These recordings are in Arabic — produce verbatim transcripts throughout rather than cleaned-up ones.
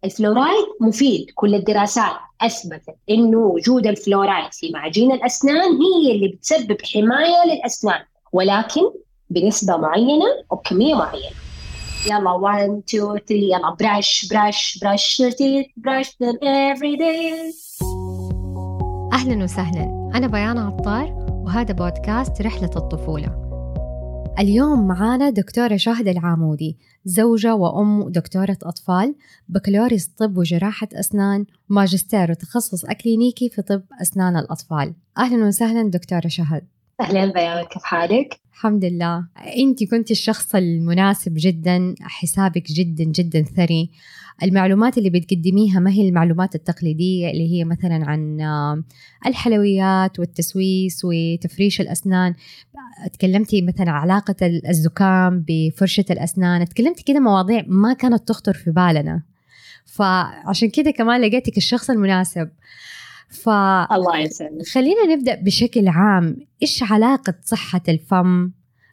الفلورايد مفيد، كل الدراسات أثبتت إنه وجود الفلورايد في معجين الأسنان هي اللي بتسبب حماية للأسنان، ولكن بنسبة معينة وبكمية معينة. يلا واحد اثنين ثلاثة، يلا brush brush brush your teeth brush them every day. أهلاً وسهلاً، أنا بيان عطار وهذا بودكاست رحلة الطفولة. اليوم معانا دكتورة شهد العامودي، زوجة وأم دكتورة أطفال، بكالوريوس طب وجراحة أسنان، ماجستير وتخصص أكلينيكي في طب أسنان الأطفال. أهلاً وسهلاً دكتورة شهد. أهلاً بيان، كيف حالك؟ الحمد لله. أنتي كنتي الشخص المناسب جداً، حسابك جداً جداً ثري. المعلومات اللي بتقدميها ما هي المعلومات التقليدية اللي هي مثلاً عن الحلويات والتسويس وتفريش الأسنان. تكلمتي مثلاً عن علاقة الزكام بفرشة الأسنان، تكلمتي كده مواضيع ما كانت تخطر في بالنا، فعشان كده كمان لقيتك الشخص المناسب. الله يسلمك. فخلينا نبدأ بشكل عام، إيش علاقة صحة الفم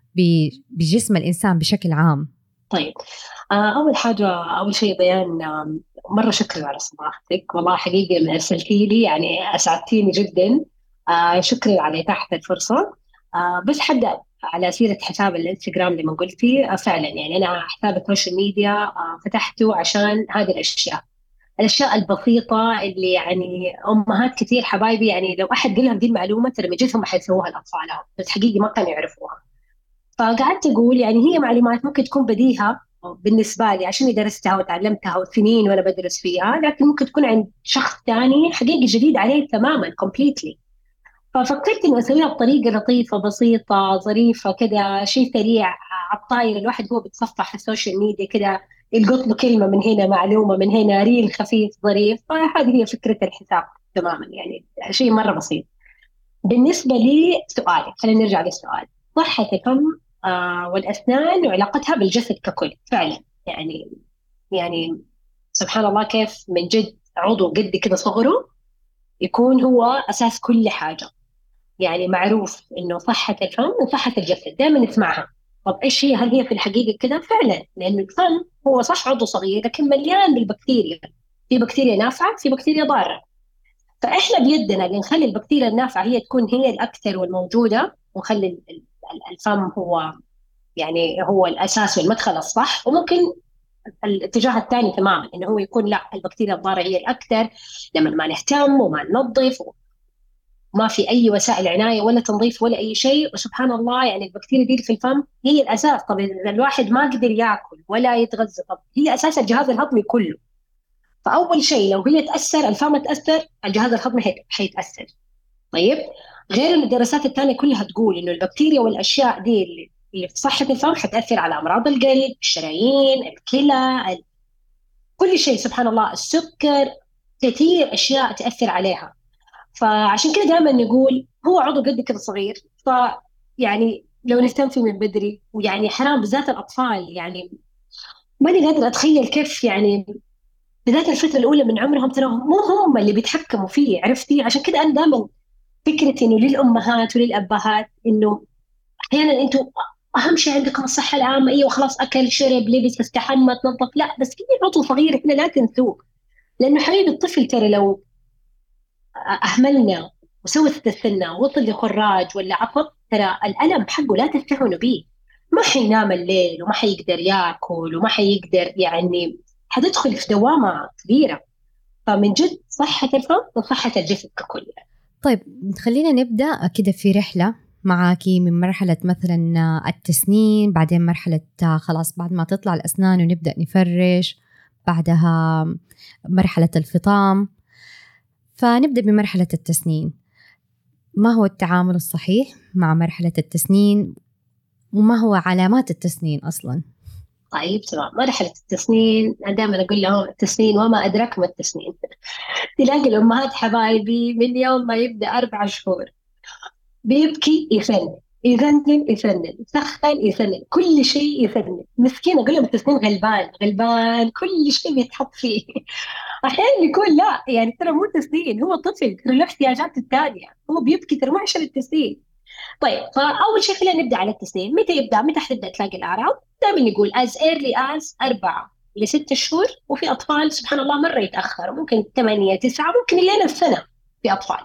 بجسم الإنسان بشكل عام؟ طيب، أول حاجة أول شيء بيان، مرة شكرا على صباحتك، والله حقيقة من أرسلتي لي يعني أسعدتيني جدا. شكرا على إتاحة الفرصة. بس حبدأ على سيرة حساب الانستغرام لما قلتي، فعلا يعني أنا حساب السوشيال ميديا فتحته عشان هذه الأشياء الأشياء البسيطة اللي يعني أمهات كثير حبايبي، يعني لو أحد قال لهم دي المعلومة ترى من جدهم حيسووها لأطفالهم، بس حقيقي ما كانوا يعرفوها. فقعدت أقول يعني هي معلومات ممكن تكون بديهة بالنسبة لي عشان درستها وتعلمتها وسنين وأنا بدرس فيها، لكن ممكن تكون عند شخص ثاني حقيقي جديد عليه تماما completely. ففكرت إنه أسويها بطريقة لطيفة بسيطة ظريفة كده، شيء سريع على الطاير، الواحد هو بيتصفح السوشيال ميديا كده يلقط له كلمة من هنا، معلومة من هنا، ريل خفيف ظريف. فهذه هي فكرة الحساب تماما، يعني شيء مرة بسيط. بالنسبة لي سؤالي، خلينا نرجع للسؤال. صحة الفم آه والأسنان وعلاقتها بالجسد ككل، فعلا يعني يعني سبحان الله كيف من جد عضو قد كده صغره يكون هو أساس كل حاجة. يعني معروف إنه صحة الفم وصحة الجسد دائما نسمعها. طب إيش هي؟ هل هي في الحقيقة كده؟ فعلا، لأن الفم هو صح عضو صغير لكن مليان بالبكتيريا. في بكتيريا نافعة، في بكتيريا ضارة. فإحنا بيدنا اللي نخلي البكتيريا النافعة هي تكون هي الأكثر والموجودة، ونخلي ال- ال- الفم هو يعني هو الأساس والمدخل الصح. وممكن الاتجاه الثاني تماما إنه هو يكون لا، البكتيريا الضارة هي الأكثر لما ما نهتم وما ننظف وما في أي وسائل عناية ولا تنظيف ولا أي شيء. وسبحان الله يعني البكتيريا دي في الفم هي الأساس. طب إذا الواحد ما قدر يأكل ولا يتغذى، طب هي أساس الجهاز الهضمي كله. فأول شيء لو هي تأثر، الفم تأثر، الجهاز الهضمي حيتأثر. طيب، غير إن الدراسات الثانية كلها تقول إنه البكتيريا والأشياء دي اللي اللي في صحة الفم حتأثر على أمراض القلب، الشرايين، الكلى، ال- كل شيء. سبحان الله، السكر، كثير أشياء تأثر عليها. فعشان كده دائما نقول هو عضو قد كده صغير، فيعني لو نهتم فيه من بدري، ويعني حرام بالذات الأطفال. يعني ماني قادرة أتخيل كيف يعني بالذات الفترة الأولى من عمرهم ترى مو هم اللي بيتحكموا فيه، عرفتي؟ عشان كده أنا دائما فكرة إنه للأمهات وللأبهات إنه أحيانا أنتم أهم شيء عندكم الصحة العامة، أيوة خلاص أكل شرب لبس استحمى تنظف، لا بس في عضو صغير إحنا لا تنسوه. لأنه حبيبي الطفل ترى لو أهملنا وسوت تستنى وطل خراج ولا عطب، ترى الألم حقه لا تستهونوا به. ما حينام الليل وما حيقدر ياكل وما حيقدر، يعني حتدخل في دوامة كبيرة. فمن جد صحة الفم وصحة الجسد ككل. طيب خلينا نبدأ كده في رحلة معاكي من مرحلة مثلا التسنين، بعدين مرحلة خلاص بعد ما تطلع الأسنان ونبدأ نفرش، بعدها مرحلة الفطام. فنبدأ بمرحلة التسنين. ما هو التعامل الصحيح مع مرحلة التسنين، وما هو علامات التسنين أصلاً؟ طيب تمام، مرحلة التسنين أنا دائما أقول لهم التسنين وما أدراك ما التسنين. تلاقي الأمهات حبايبي من يوم ما يبدأ أربع شهور بيبكي يفنن، يذنن يفنن، يسخن يفنن، كل شيء يفنن. مسكين أقول لهم التسنين غلبان غلبان، كل شيء بيتحط فيه. أحيانا يكون لا، يعني ترى مو تسنين، هو طفل ترى له احتياجات التانية، هو بيبكي ترى مو عشان التسنين. طيب، فأول شيء خلينا نبدأ على التسنين. متى يبدأ؟ متى حتبدأ تلاقي الأعراض؟ دائما نقول as early as أربعة لست شهور، وفي أطفال سبحان الله مرة يتأخر، ممكن ثمانية تسعة، ممكن إلى السنة في أطفال.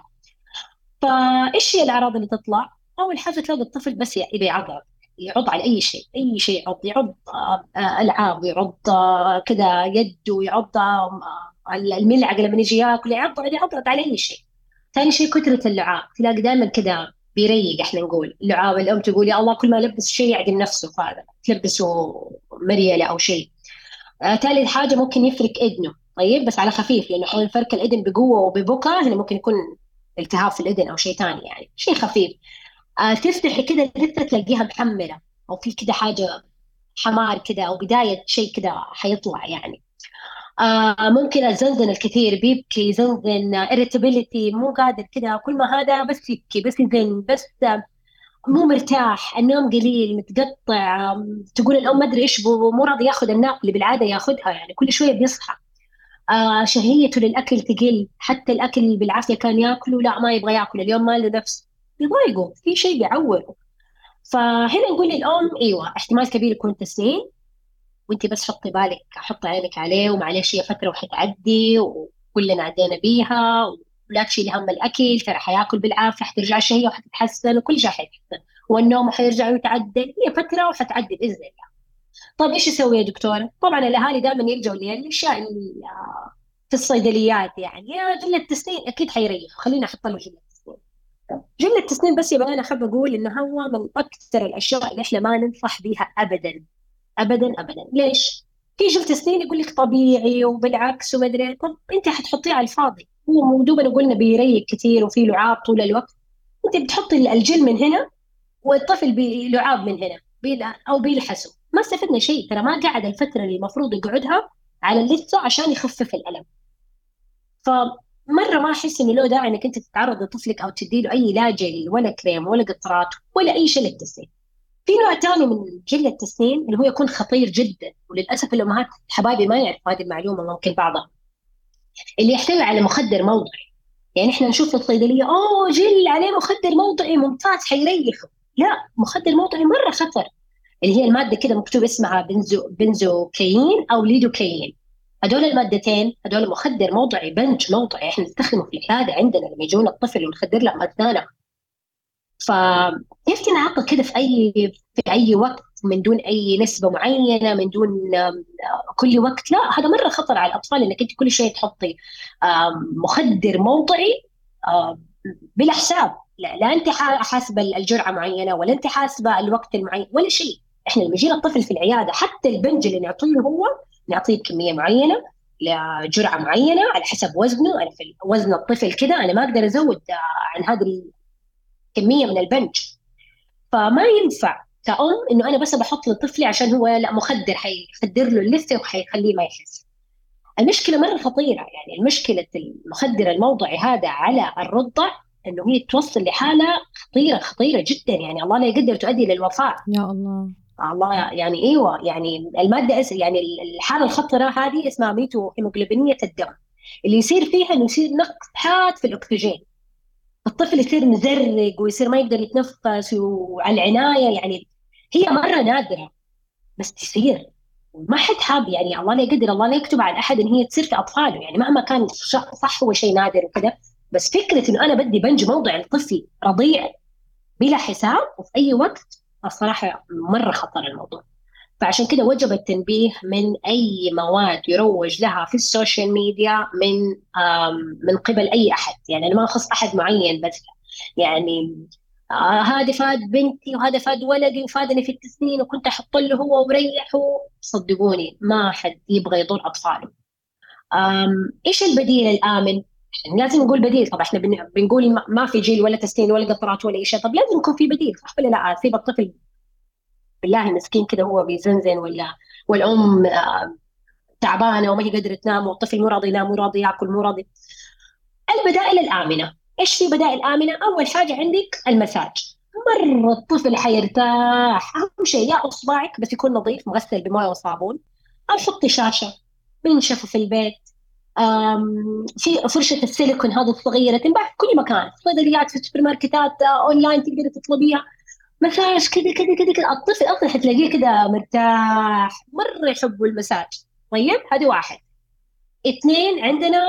فإيش هي الأعراض اللي تطلع؟ أول حاجة تلاقي الطفل بس يبي يعض، يعض على أي شيء، أي شيء يعض، يعض آه، آه، ألعاب، يعض آه، كذا يده، يعض آه، الملعقة لما يجي ياكل، يعض يعض على أي شيء. ثاني شيء كثرة اللعاب، تلاقي دائما كذا بيريق، احنا نقول اللعاب، الأم تقول يا الله كل ما لبس شيء يعدم نفسه، فهذا تلبسه مريالة أو شيء. آه، ثالث حاجة ممكن يفرك إذنه، طيب بس على خفيف، لأنه حين فرك الإذن بقوة وببكى هنا ممكن يكون التهاب في الإذن أو شيء ثاني، يعني شيء خفيف. آه، تفتحي كده لسه تلاقيها محملة، أو في كده حاجة حمار كده، أو بداية شيء كده حيطلع يعني. آه، ممكن الزنزن الكثير، بيبكي يزنزن، irritability، مو قادر كده، كل ما هذا بس يبكي، بس يزن، بس آه، مو مرتاح، النوم قليل، متقطع. آم، تقول الأم ما أدري إيش بو- مو راضي ياخذ الناب اللي بالعادة ياخذها، يعني كل شوية بيصحى. آه، شهيته للأكل تقل، حتى الأكل اللي بالعافية كان ياكله لا ما يبغى ياكل اليوم، ما له نفس، يضايقه في شيء بيعوره. فهنا نقول للأم أيوة احتمال كبير يكون تسنين، وانت بس حطي بالك، حطي عينك عليه، ومعلش هي فترة وحتعدي، وكلنا عدينا بيها، ولا تشيلي هم الأكل، ترى حياكل بالعافية، حترجع الشهية وحتتحسن، وكل شيء حيتحسن، والنوم حيرجع ويتعدل، هي فترة وحتعدي بإذن الله. طيب إيش يسوي يا دكتورة؟ طبعا الأهالي دائما يلجوا للأشياء اللي في الصيدليات، يعني يا جلة تسنين أكيد حيريح، خلينا أحط له جلة تسنين. جلة تسنين بس يبقى أنا أحب أقول إنه هو من أكثر الأشياء اللي إحنا ما ننصح بها أبدا، ابدا ابدا. ليش؟ في جلد سنين يقول لك طبيعي وبالعكس وما ادري، طب انت حتحطيه على الفاضي، هو موجود قلنا بيريق كثير وفي لعاب طول الوقت، انت بتحطي الجل من هنا والطفل بلعاب من هنا، بيل او بيلحسوا، ما استفدنا شيء، ترى ما قعد الفتره اللي المفروض يقعدها على اللثه عشان يخفف الالم. فمره ما احس انه له داعي انك انت تتعرض لطفلك او تدي له اي لا جل ولا كريم ولا قطرات ولا اي شيء للتسليك. في نوع ثاني من جل التسنين اللي هو يكون خطير جدا، وللاسف الامهات حبايبي ما يعرفوا هذه المعلومه، ممكن بعضها، اللي يحتوي على مخدر موضعي. يعني احنا نشوف في الصيدليه اوه جل عليه مخدر موضعي ممتاز حيريحه، لا، مخدر موضعي مره خطر، اللي هي الماده كده مكتوب اسمها بنزو بنزوكاين او ليدوكاين. هدول المادتين هدول مخدر موضعي، بنج موضعي، احنا نستخدمه في العياده عندنا لما يجونا الطفل ونخدر له اسنانه. فكيف نعاقب كده في اي في اي وقت من دون اي نسبه معينه، من دون آم، كل وقت؟ لا، هذا مره خطر على الاطفال انك انت كل شيء تحطي آم، مخدر موضعي آم، بلا حساب. لا, لا انت حا- حاسبه الجرعه معينه، ولا انت حاسبه الوقت المعين، ولا شيء. احنا لما يجينا الطفل في العياده حتى البنج اللي نعطيه هو نعطيه بكميه معينه، لجرعه معينه على حسب وزنه. انا في وزن الطفل كده انا ما اقدر ازود آه، عن هذه الكميه من البنج. فما ينفع كأم إنه أنا بس بحط لطفلي عشان هو لا مخدر حيخدر له اللثة وحيخليه ما يحس. المشكلة مرة خطيرة، يعني المشكلة المخدر الموضعي هذا على الرضع إنه هي توصل لحالة خطيرة خطيرة جدا، يعني الله لا يقدر تؤدي للوفاة. يا الله. الله، يعني ايوه، يعني الماده أس... يعني الحاله الخطره هذه اسمها ميتو هيموجلوبينيه الدم، اللي يصير فيها انه يصير نقص حاد في الاكسجين، الطفل يصير مزرق ويصير ما يقدر يتنفس وعلى العناية، يعني هي مرة نادرة بس تصير. ما حد حاب، يعني الله لا يقدر، الله لا يكتب على أحد إن هي تصير في أطفاله، يعني مهما كان صح هو شيء نادر وكذا، بس فكرة إنه أنا بدي بنج موضع الطفل رضيع بلا حساب وفي أي وقت، الصراحة مرة خطر الموضوع. فعشان كده وجب التنبيه من أي مواد يروج لها في السوشيال ميديا من آم، من قبل أي أحد، يعني أنا ما أخص أحد معين بس، يعني آه هذا فاد بنتي وهذا فاد ولدي وفادني في التسنين وكنت أحط له هو وريحه، صدقوني ما حد يبغى يضر أطفاله. آم، إيش البديل الآمن؟ يعني لازم نقول بديل، طبعا احنا بن- بنقول ما ما في جيل ولا تسنين ولا قطرات ولا شيء، طب لازم يكون في بديل صح ولا لا؟ سيب الطفل بالله مسكين كده هو بيزنزن، ولا والأم آه، تعبانة وما هي قادرة تنام، والطفل مو راضي ينام، مو راضي ياكل، مو راضي. البدائل الآمنة، إيش في بدائل آمنة؟ أول حاجة عندك المساج، مرة الطفل حيرتاح. أهم شيء يا إصبعك بس يكون نظيف مغسل بموية وصابون، أو حطي شاشة منشفة في البيت. آم، في فرشة السيليكون هذه الصغيرة تنباع في كل مكان، في صيدليات، في السوبر ماركتات، آه، أونلاين تقدري تطلبيها. مساج كذا كذا كذا كذا، الطفل اصلا حتلاقيه كذا مرتاح، مره يحبوا المساج. طيب هذه واحد. اثنين، عندنا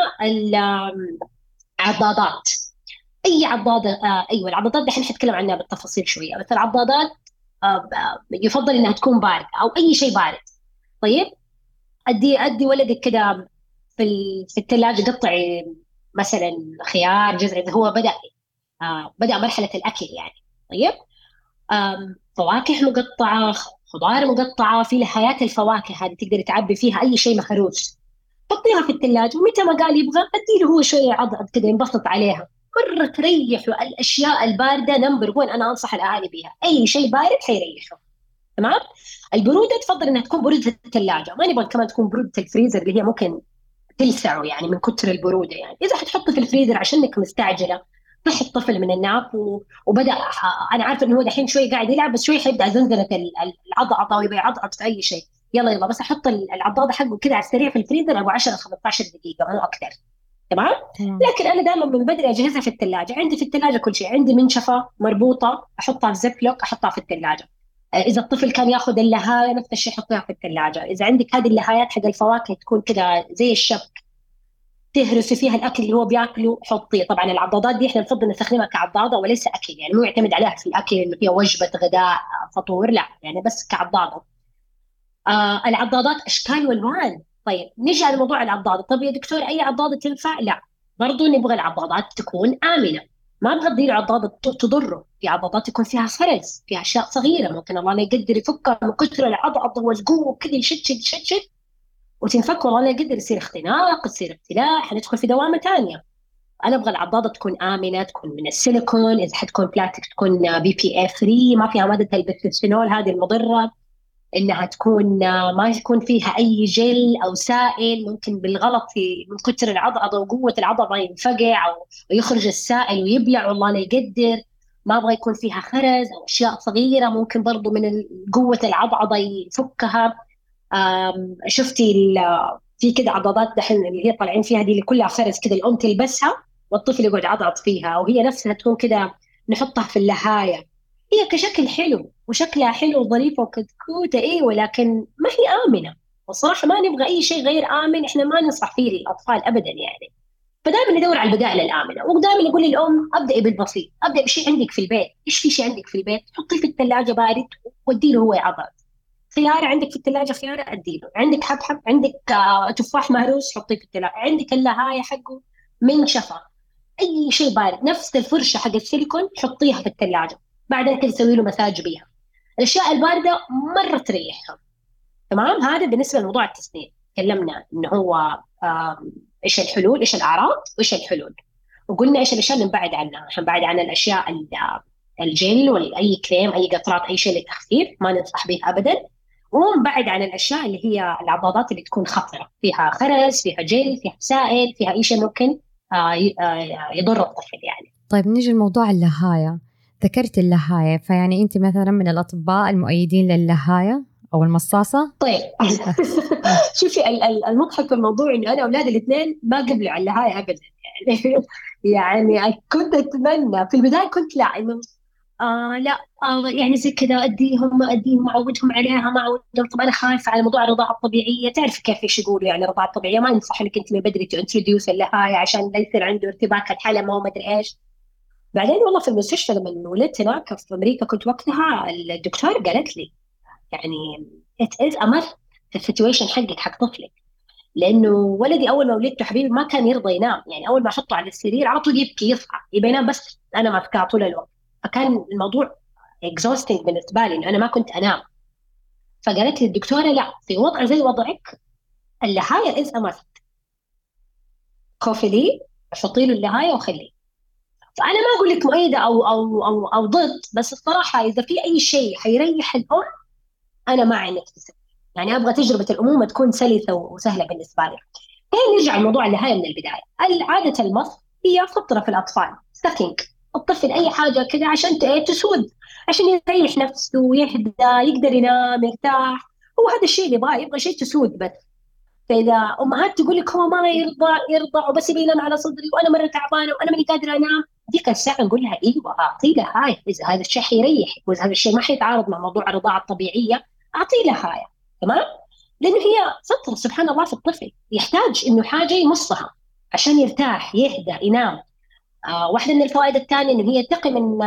العضادات. اي عضاده، آه ايوه العضادات دحين حنتكلم عنها بالتفاصيل شويه، بس العضادات آه آه، يفضل انها تكون بارده او اي شيء بارد. طيب، ادي ادي ولدك كده في ال- في الثلاجه، قطعي مثلا خيار، جزر اذا هو بدا آه بدا مرحله الاكل يعني. طيب، آم، فواكه مقطعه، خضار مقطعه، في نهايات الفواكه هذه تقدري تعبي فيها اي شيء مهروس، حطيها في الثلاجة، ومتى ما قال يبغى اديله هو شوية عضعض كذا ينبسط عليها. مرة تريحه. الأشياء الباردة نمبر وين أنا أنصح الأهالي بيها، أي شيء بارد حيريحه. تمام. البرودة تفضل إنها تكون برودة الثلاجة، ما نبغى كمان تكون برودة الفريزر اللي هي ممكن تلسعه يعني من كتر البرودة. يعني إذا حتحطه في الفريزر عشانك مستعجلة، صح الطفل من الناب و... وبدأ ح... أنا عارفة إنه هو دحين شوي قاعد يلعب، بس شوي حيبدأ زنزنة ال- ال- العضعضة ويبغى يعضعض في أي شيء. يلا يلا بس احط العضاضه حقه كده على السريع في الفريزر ابو عشرة خمستاشر دقيقه مو اكثر. تمام. تمام. لكن انا دائما من بدري اجهزها في الثلاجه، عندي في الثلاجه كل شيء، عندي منشفه مربوطه احطها في زيب لوك احطها في الثلاجه. اذا الطفل كان ياخذ اللهايه نفس الشيء حطيها في الثلاجه. اذا عندك هذه اللهايات حق الفواكه تكون كده زي الشبك، تهرسي فيها الاكل اللي هو بياكله حطيه. طبعا العضادات دي احنا نفضل نستخدمها كعضاده وليس اكل، يعني مو يعتمد عليها في الاكل انه هي وجبه غداء فطور، لا يعني بس كعضاده. آه العضادات اشكال والوان. طيب نيجي على موضوع العضاده. طب يا دكتور اي عضاده تنفع؟ لا، برضو نبغى العضادات تكون امنه. ما ابغى اديله عضاده ت- تضره. في عضادات يكون فيها خرز، فيها اشياء صغيره ممكن الله لا يقدر يفكها من كثر العضعضه والقوه وكذا يشتشت يشتشت وتنفك، والله لا يقدر يصير اختناق، يصير ابتلاع، حندخل في دوامه ثانيه. انا ابغى العضاده تكون امنه، تكون من السيليكون، اذا حتكون بلاستيك تكون بي بي اي ثري، ما فيها ماده البيسفينول هذه المضره. انها تكون آه، ما يكون فيها اي جل او سائل ممكن بالغلط في من كتر العضضه وقوه العضضه ينفقع او يخرج السائل ويبلع والله لا يقدر. ما ابغى يكون فيها خرز او اشياء صغيره ممكن برضو من ال- قوه العضضه يفكها. آم، شفتي ال- في كده عضادات دحين اللي هي طالعين فيها دي اللي كلها خرز كده، الام تلبسها والطفل يقعد يعضعض فيها، وهي نفسها تكون كده نحطها في اللهايه. هي كشكل حلو وشكلها حلو وظريفه وكتكوته ايه، ولكن ما هي امنه. والصراحه ما نبغى اي شيء غير امن، احنا ما ننصح فيه للاطفال ابدا يعني. فدائما ندور على البدائل الامنه، ودائما نقول للام ابدأي بالبسيط، ابدأي بشيء عندك في البيت. ايش في شيء عندك في البيت حطيه في الثلاجه بارد ودي له هو يعضعض. خيار عندك في الثلاجة، خيار أديله. عندك حبحب، عندك آه، تفاح مهروس حطيه في الثلاجة. عندك اللهاية حقه من شفا، أي شيء بارد، نفس الفرشة حق السيليكون حطيها في الثلاجة. بعدين تسوي له مساج بيها. الأشياء الباردة مرة تريحها. تمام. هذا بالنسبة لموضوع التسنين. تكلمنا إنه هو آم، إيش الحلول، إيش الأعراض، وإيش الحلول. وقلنا إيش الأشياء اللي نبعد عنها. نبعد عن الأشياء ال- الجل وأي كريم أي قطرات أي شيء للتخفيف ما ننصح به أبدا. ونبعد عن الاشياء اللي هي العضادات اللي تكون خطره، فيها خرز، فيها جل، فيها سائل، فيها اي شيء ممكن آه، ي- آه، يضر الطفل يعني. طيب نيجي لموضوع اللهاية. ذكرت اللهاية، فيعني أنت مثلا من الأطباء المؤيدين للهاية أو المصاصة؟ طيب شوفي ال- ال- المضحك في الموضوع انه انا اولادي الاثنين ما قبلوا على هاي ابدا يعني. يعني كنت اتمنى في البدايه، كنت لا إنه آه لا آه يعني زي كذا اديهم ما اديهم معودهم عليها ما اعودهم. طب انا خايفه على موضوع الرضاعه الطبيعيه، تعرف كيف ايش يقولوا يعني الرضاعه الطبيعيه ما ينصح لك انت من بدري تنتروديوس الهاي عشان لا يصير عنده ارتباك الحلمه وما ادري ايش. بعدين والله في المستشفى لما ولدت هناك في امريكا كنت وقتها الدكتور قالت لي يعني it is a must في السيتويشن حقك حق طفلك. لانه ولدي اول ما ولدته حبيبي ما كان يرضى ينام، يعني اول ما احطه على السرير على طول يبكي يصحى يبي ينام، بس انا ماسكاه طول الوقت. فكان الموضوع exhausting بالنسبه لي انه انا ما كنت انام. فقالت لي الدكتوره لا، في وضع زي وضعك اللهايه از امست، خوفي لي حطي له اللهايه وخليه. فانا ما اقول لك مؤيده او او او او ضد، بس الصراحه اذا في اي شيء حيريح الام انا مع انك تسوي. يعني ابغى تجربه الامومه تكون سلسه وسهله بالنسبه لك. خلينا نرجع لموضوع النهايه من البدايه. عاده المص هي فطره في الاطفال، سكينج الطفل اي حاجه كذا عشان ت- إيه، تسود، عشان يريح نفسه ويهدى يقدر ينام يرتاح. هو هذا الشيء اللي يبغاه، يبغى شيء تسود بس. فاذا امهات تقول لك هو ما يرضى يرضع وبس يبي ينام على صدري وانا مره تعبانه وانا ماني قادره انام، ديك الساعه نقول لها ايوه اعطي لها هاي، اذا هذا الشيء حيريح واذا هذا الشيء ما حيتعارض مع موضوع الرضاعه الطبيعيه اعطي لها هاي. تمام. لأنه هي فطرة سبحان الله في الطفل، يحتاج إنه حاجة يمصها عشان يرتاح يهدى ينام. آه واحدة من الفوائد الثانية إنه هي تقي من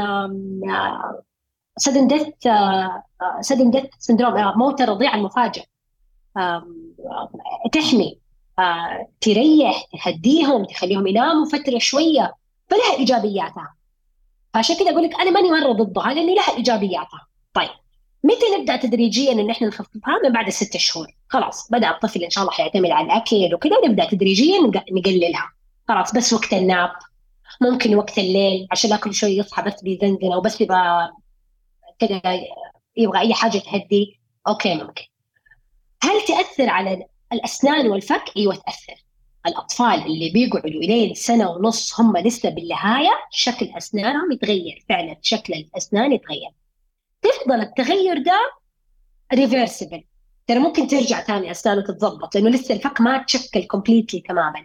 سدن ديث سدن ديث سندروم، موت الرضيع المفاجئ. آم، آم، تحمي، آه تريح، تهديهم، تخليهم يناموا فترة شوية، فلها إيجابياتها. فعشان كده أقول لك أنا ماني مرة ضدها لأن لها إيجابياتها. طيب متى نبدأ تدريجيا إن إحنا نخففها؟ من بعد الست شهور خلاص بدأ الطفل إن شاء الله حيعتمد على الأكل وكده، نبدأ تدريجيا نق- نقللها. خلاص بس وقت الناب، ممكن وقت الليل عشان لا كل شوي يصحى بس بيزنزن أو بس يبغى كده يبغى أي حاجة تهدي. أوكي ممكن. هل تأثر على الأسنان والفك؟ أيوة تأثر. الأطفال اللي بيقعدوا إلين سنة ونص هم لسه باللهاية شكل أسنانهم يتغير، فعلا شكل الأسنان يتغير. تفضل التغير ده ريفيرسبل، ترى ممكن ترجع تاني أسنانه تتضبط لأنه لسه الفك ما تشكل كومبليتلي تماما،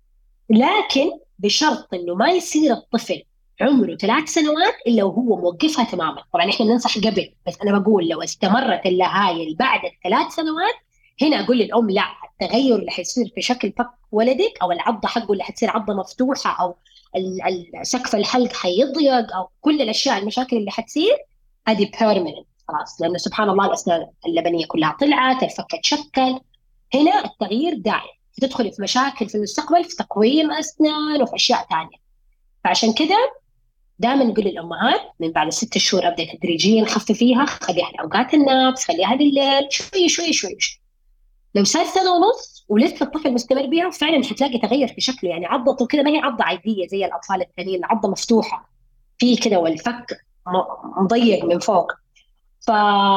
لكن بشرط إنه ما يصير الطفل عمره ثلاث سنوات إلا وهو موقفها تماما. طبعا إحنا ننصح قبل، بس أنا بقول لو استمرت اللهاية بعد الثلاث سنوات، هنا أقول للأم لا، التغير اللي حيصير في شكل فك ولدك أو العضة حقه اللي حتصير عضة مفتوحة أو ال- ال- سقف الحلق حيضيق أو كل الأشياء المشاكل اللي حتصير هذه بيرمننت خلاص، لأنه سبحان الله الأسنان اللبنية كلها طلعت، الفك تشكل. هنا التغيير دائم، تدخلي في مشاكل في المستقبل في تقويم أسنان وفي أشياء ثانية. فعشان كده دائما نقول للأمهات من بعد ست شهور أبدأ تدريجيا خففيها، خليها لأوقات النوم، خليها بالليل شوي شوي شوي شوي. لو صار سنة ونص ولسه الطفل مستمر بيها فعلا حتلاقي تغير في شكله، يعني عضته كده ما هي عضة عادية زي الأطفال الثانيين، عضة مفتوحة في كده والفك م- مضيق من فوق. ف...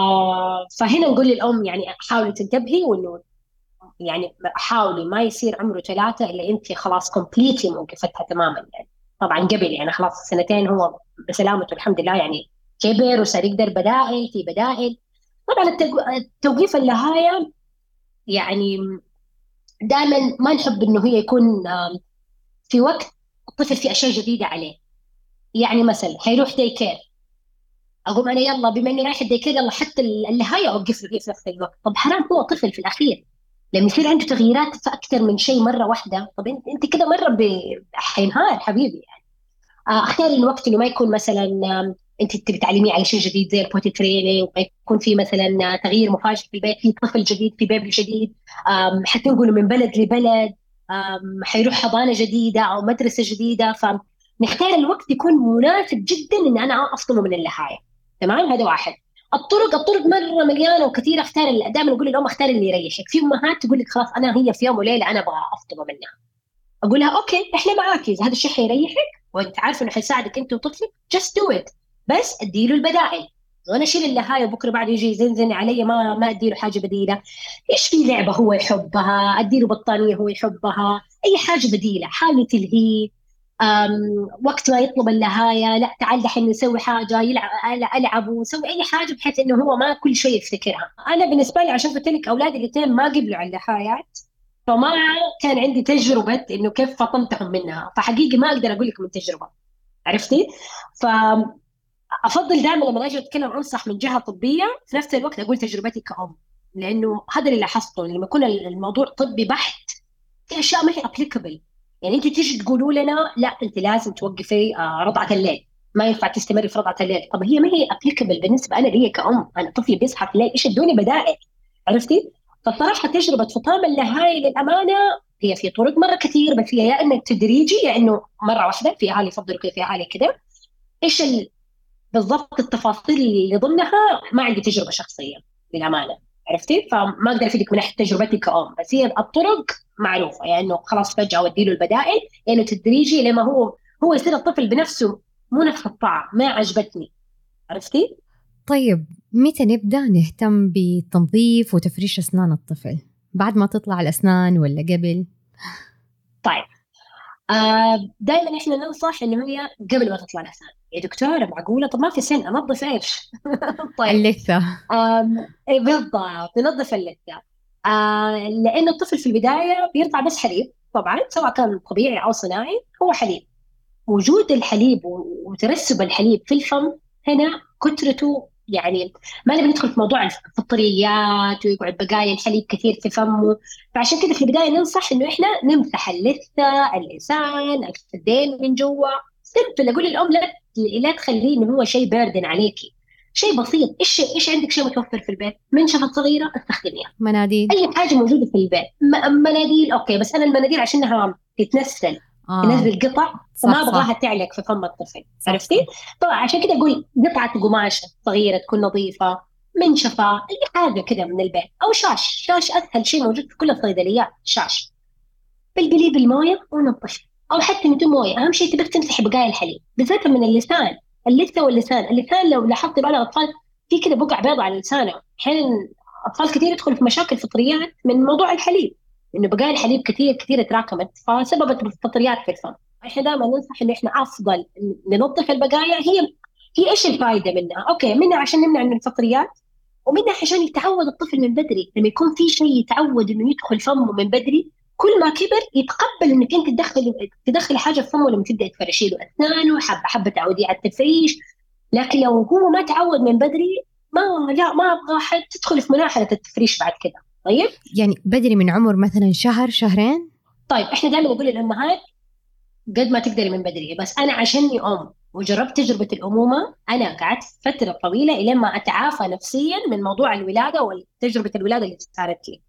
فهنا نقول للأم يعني حاولي تنتبهي، وإنه يعني حاولي ما يصير عمره ثلاثة إلا أنت خلاص كومبليتلي موقفتها تماما يعني. طبعا قبل يعني خلاص سنتين هو بسلامته الحمد لله يعني كبر وصار يقدر بدائل في بدائل. طبعا التو- التوقيف اللهاية يعني دائما ما نحب إنه هي يكون آم، في وقت الطفل في أشياء جديدة عليه. يعني مثلا حيروح داي كير، أقوم أنا يلا بما إني رايح الداي كير يلا حتى اللهاية أوقف له في نفس الوقت. طب حرام هو طفل في الأخير، لما يصير عنده تغييرات في اكثر من شيء مره واحده، طب انت انت كده مره ب- حينهار حبيبي يعني. آه، اختاري الوقت انه ما يكون مثلا آم، انت تبي تعلميه على شيء جديد زي البوتي تريننج، ما يكون في مثلا آه، تغيير مفاجئ في البيت، في طفل جديد، في بيبي جديد، آم، حتنقلوا من بلد لبلد، آم، حيروح حضانه جديده او مدرسه جديده، فنختار الوقت يكون مناسب جدا ان انا افصله من اللحايه. تمام، هذا واحد. الطرق الطرق مره مليانه وكثيره، اختار اللي دائما اقول للام اختار اللي يريحك. في امهات تقول لك خلاص انا هي في يوم وليله انا ابغى افطمه منها، اقول لها اوكي احنا معاكي اذا هذا الشيء حيريحك وانت عارفه انه حيساعدك انت وطفلك جست دو ات، بس ادي له البدائل. وانا اشيل اللهايه وبكره بعد يجي يزنزن علي ما ما ادي له حاجه بديله. ايش في لعبه هو يحبها ادي له، بطانيه هو يحبها، اي حاجه بديله حاولي تلهيه. أم وقت ما يطلب اللهايه لا تعال دحين نسوي حاجه يلعب، العب ونسوي اي حاجه بحيث انه هو ما كل شويه يفتكرها. انا بالنسبه لي عشان قلت لك اولادي الاثنين ما قبلوا على اللهايات، فما كان عندي تجربة إنه كيف فطمتهم منها، فحقيقي ما أقدر أقول لك من تجربة. عرفتي؟ فأفضل دائما لما أجي أتكلم أنصح من جهة طبية في نفس الوقت أقول تجربتي كأم، لأنه هذا اللي لاحظته لما يكون الموضوع طبي بحت في أشياء ما هي أبليكابل. يعني أنت تيجي تقولوا لنا لا أنت لازم توقفي آه، رضعة الليل، ما ينفع تستمري في رضعة الليل. طب هي ما هي أبليكابل بالنسبة أنا لي كأم، أنا طفلي بيصحى في الليل إيش ادوني بدائل. عرفتي؟ فالصراحة تجربة فطام النهاية للأمانة هي في طرق مرة كثير، بس هي يا إنه تدريجي يا إنه مرة واحدة. في أهالي يفضلوا كذا، في أهالي كذا. إيش ال... بالضبط التفاصيل اللي ضمنها ما عندي تجربة شخصية للأمانة. عرفتي؟ فما أقدر أفيدك من ناحية تجربتي كأم، بس هي الطرق معروفة، يعني إنه خلاص فجأة أودي له البدائل، يعني تدريجي لما هو هو يصير الطفل بنفسه مو نفس الطعم ما عجبتني. عرفتي؟ طيب متى نبدأ نهتم بتنظيف وتفريش أسنان الطفل؟ بعد ما تطلع الأسنان ولا قبل؟ طيب آه دائما احنا ننصح انه هي قبل ما تطلع الاسنان. يا دكتوره معقوله؟ طب ما في سن انظف ايش؟ طيب اللثة. آم، إيه بالضبط ننظف اللثه. آه لانه الطفل في البدايه بيرضع بس حليب طبعا سواء كان طبيعي او صناعي، هو حليب. وجود الحليب و- وترسب الحليب في الفم هنا كترته يعني ما نبي ندخل في موضوع الفطريات ويقعد بقايا الحليب كثير في فمه. فعشان كذا في البداية ننصح إنه إحنا نمسح اللثة، اللسان، الخدين من جوا. سمبل، أقول للأم لا لا تخليه إنه هو شيء باردن عليكي، شيء بسيط. إيش إيش عندك شيء متوفر في البيت؟ منشفة صغيرة استخدميها، مناديل. أي حاجة موجودة في البيت. م- مناديل أوكي، بس أنا المناديل عشانها تتنسل، اه تنزل قطع، صح وما صح أبغاها تعلق في فم الطفل، صح عرفتي؟ صح. طبعا عشان كده أقول قطعة قماشة صغيرة تكون نظيفة، منشفة، أي حاجة كده من البيت، أو شاش. شاش أسهل شيء موجود في كل الصيدليات، شاش. بلبليه بالمويه ونظفي، او حتى من دون مويه. اهم شيء تبغى تمسحي بقايا الحليب بالذات من اللسان. اللثه واللسان، اللسان لو لاحظتي بعض الاطفال في كده بقع بيضاء على لسانه، احيانا اطفال كثير يدخلوا في مشاكل فطريات من موضوع الحليب، انه بقايا الحليب كثير كثير تراكمت فسببت فطريات في الفم. احنا دائما ننصح انه احنا افضل ننظف البقايا. هي هي ايش الفائده منها؟ اوكي، منها عشان نمنع من الفطريات، ومنها عشان يتعود الطفل من بدري. لما يكون في شيء يتعود انه يدخل فمه من بدري، كل ما كبر يتقبل انك انت تدخل تدخل حاجه في فمه. لما تبدا تفرشي له اسنانه حبه حبه تعوديه على التفريش. لكن لو هو ما تعود من بدري، ما لا ما ابغى حد تدخل في مناحله التفريش بعد كده. طيب. يعني بدري من عمر مثلا شهر شهرين. طيب احنا دائما نقول للامهات قد ما تقدري من بدري، بس انا عشاني ام وجربت تجربه الامومه، انا قعدت فتره طويله الين ما اتعافى نفسيا من موضوع الولاده وتجربه الولاده اللي صارت لي.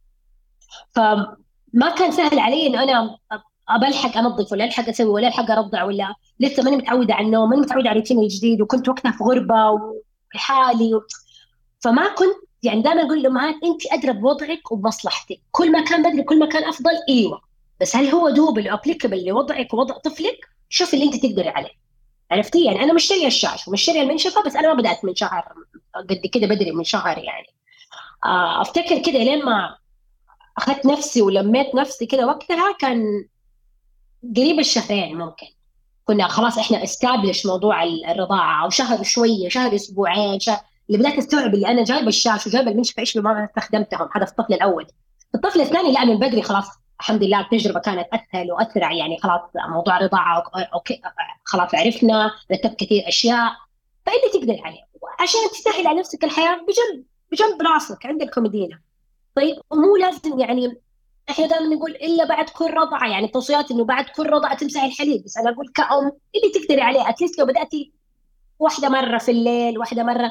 فما كان سهل علي انه انا أبلحق انظف ولا الحق اسوي ولا الحق ارضع، ولا لسه ماني متعوده على النوم، ماني متعوده على الروتين الجديد، وكنت وقتها في غربه وحالي. فما كنت يعني دائما اقول للامهات انت ادرى بوضعك وبمصلحتك، كل ما كان بدري كل ما كان افضل. ايوه، بس هل هو دوبل ابليكابل لوضعك ووضع طفلك؟ شوف اللي انت تقدري عليه، عرفتي؟ يعني انا مش شاريه الشاش ومش شاريه المنشفه، بس انا ما بدات من شهر قد كده، بدري من شهر يعني. آه، افتكر كده لين ما اخذت نفسي ولميت نفسي كده، وقتها كان قريب الشهرين ممكن. كنا خلاص احنا استابلش موضوع الرضاعه، او شهر شويه، شهر اسبوعين، شهر اللي بدات استوعب اللي انا جايبه الشاش وجايبه المنشفه ايش بما أنا استخدمتهم. هذا في الطفل الاول. الطفل الثاني لا، من بدري خلاص الحمد لله التجربه كانت اسهل واسرع، يعني خلاص موضوع الرضاعه اوكي، خلاص عرفنا، رتبت كثير اشياء. فاللي تقدر عليه عشان تسهل على نفسك الحياه بجنب بجنب راسك عندك كوميدينا. طيب، ومو لازم يعني احنا دائما نقول الا بعد كل رضعه، يعني التوصيات انه بعد كل رضعه تمسحي الحليب، بس انا اقول كأم اللي تقدري عليه اتليست لو بداتي واحده مره في الليل، واحده مره،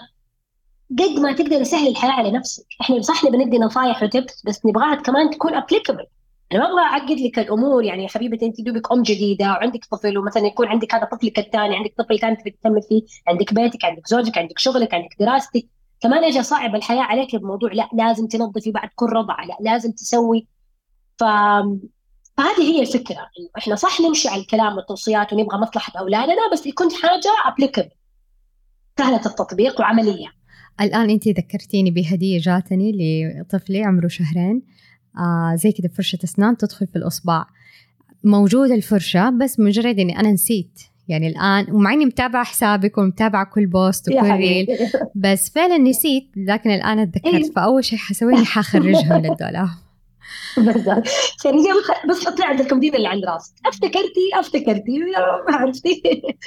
قد ما تقدري سهل الحياه على نفسك. احنا صح بندي نصايح وتبس، بس نبغاها كمان تكون ابليكابل. انا ما ابغى اعقد لك الامور. يعني يا حبيبتي انت دوبك ام جديده وعندك طفل، ومثلا يكون عندك هذا طفلك الثاني، عندك طفل كانت بتهتمي فيه، عندك بيتك، عندك زوجك، عندك شغلك، عندك دراستك، كمان اجي صعب الحياه عليك بموضوع لا لازم تنظفي بعد كل رضعه، لا لازم تسوي. ف... فهذه هي الفكرة، إنه إحنا صح نمشي على الكلام والتوصيات ونبغى مصلحة أولادنا، بس يكون حاجة أبليكابل، سهلة التطبيق وعملية. الآن أنتي ذكرتيني بهدية جاتني لطفلي عمره شهرين، آه زي كده فرشة أسنان تدخل في الأصبع. موجودة الفرشة بس مجرد أني أنا نسيت يعني الآن، ومع أني متابعة حسابك ومتابعة كل بوست يا وكل ريل، حبيبي. بس فعلا نسيت. لكن الآن إيه. أتذكرت، فأول شيء حسوي إني حخرجها من الدولاب. بالضبط. يعني هي بس بس حطيها عند الكمدين اللي عند راسك، افتكرتي افتكرتي يا ما عرفتي.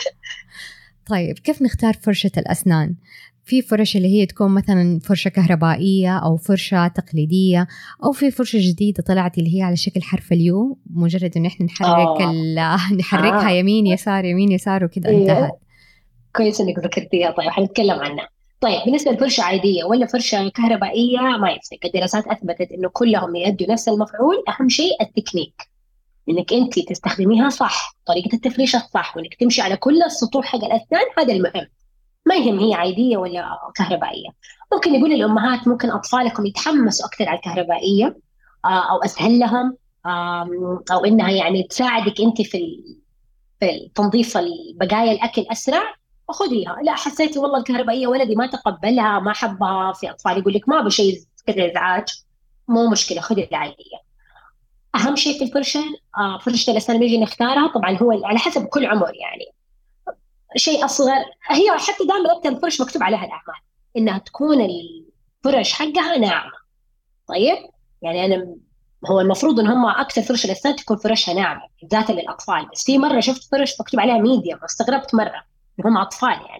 طيب كيف نختار فرشة الأسنان؟ في فرش اللي هي تكون مثلا فرشة كهربائية أو فرشة تقليدية، أو في فرشة جديدة طلعت اللي هي على شكل حرف اليو، مجرد إن إحنا نحرك اه. نحركها اه. يمين يسار يمين يسار وكده انتهت. ايه، كويس انك ذكرتيها. طيب حنتكلم عنها. طيب بالنسبه لفرشه عاديه ولا فرشه كهربائيه، ما يفرق. الدراسات اثبتت انه كلهم يؤدوا نفس المفعول. اهم شيء التكنيك، انك انت تستخدميها صح، طريقه التفريش الصح، وانك تمشي على كل السطوح حق الاسنان. هذا المهم، ما يهم هي عاديه ولا كهربائيه. ممكن يقول الامهات ممكن اطفالكم يتحمسوا اكثر على الكهربائيه، آه، او اسهل لهم، آم، او انها يعني تساعدك انت في ال- في تنظيف البقايا الاكل اسرع، وخذيها. لا حسيتي والله الكهربائيه ولدي ما تقبلها ما حبها، في اطفال يقول لك ما بشيء كذا ازعاج، مو مشكله خذي العاديه. اهم شيء في الفرشه، آه فرشه الاسنان نيجي نختارها طبعا هو على حسب كل عمر يعني. شيء اصغر، هي حتى دائما اكثر الفرش مكتوب عليها الاعمال انها تكون الفرش حقها ناعمه. طيب، يعني انا هو المفروض ان هم اكثر فرش الاسنان تكون فرشها ناعمه بالذات للاطفال، بس في مره شفت فرش مكتوب عليها ميديوم واستغربت مره ان هم اطفال يعني.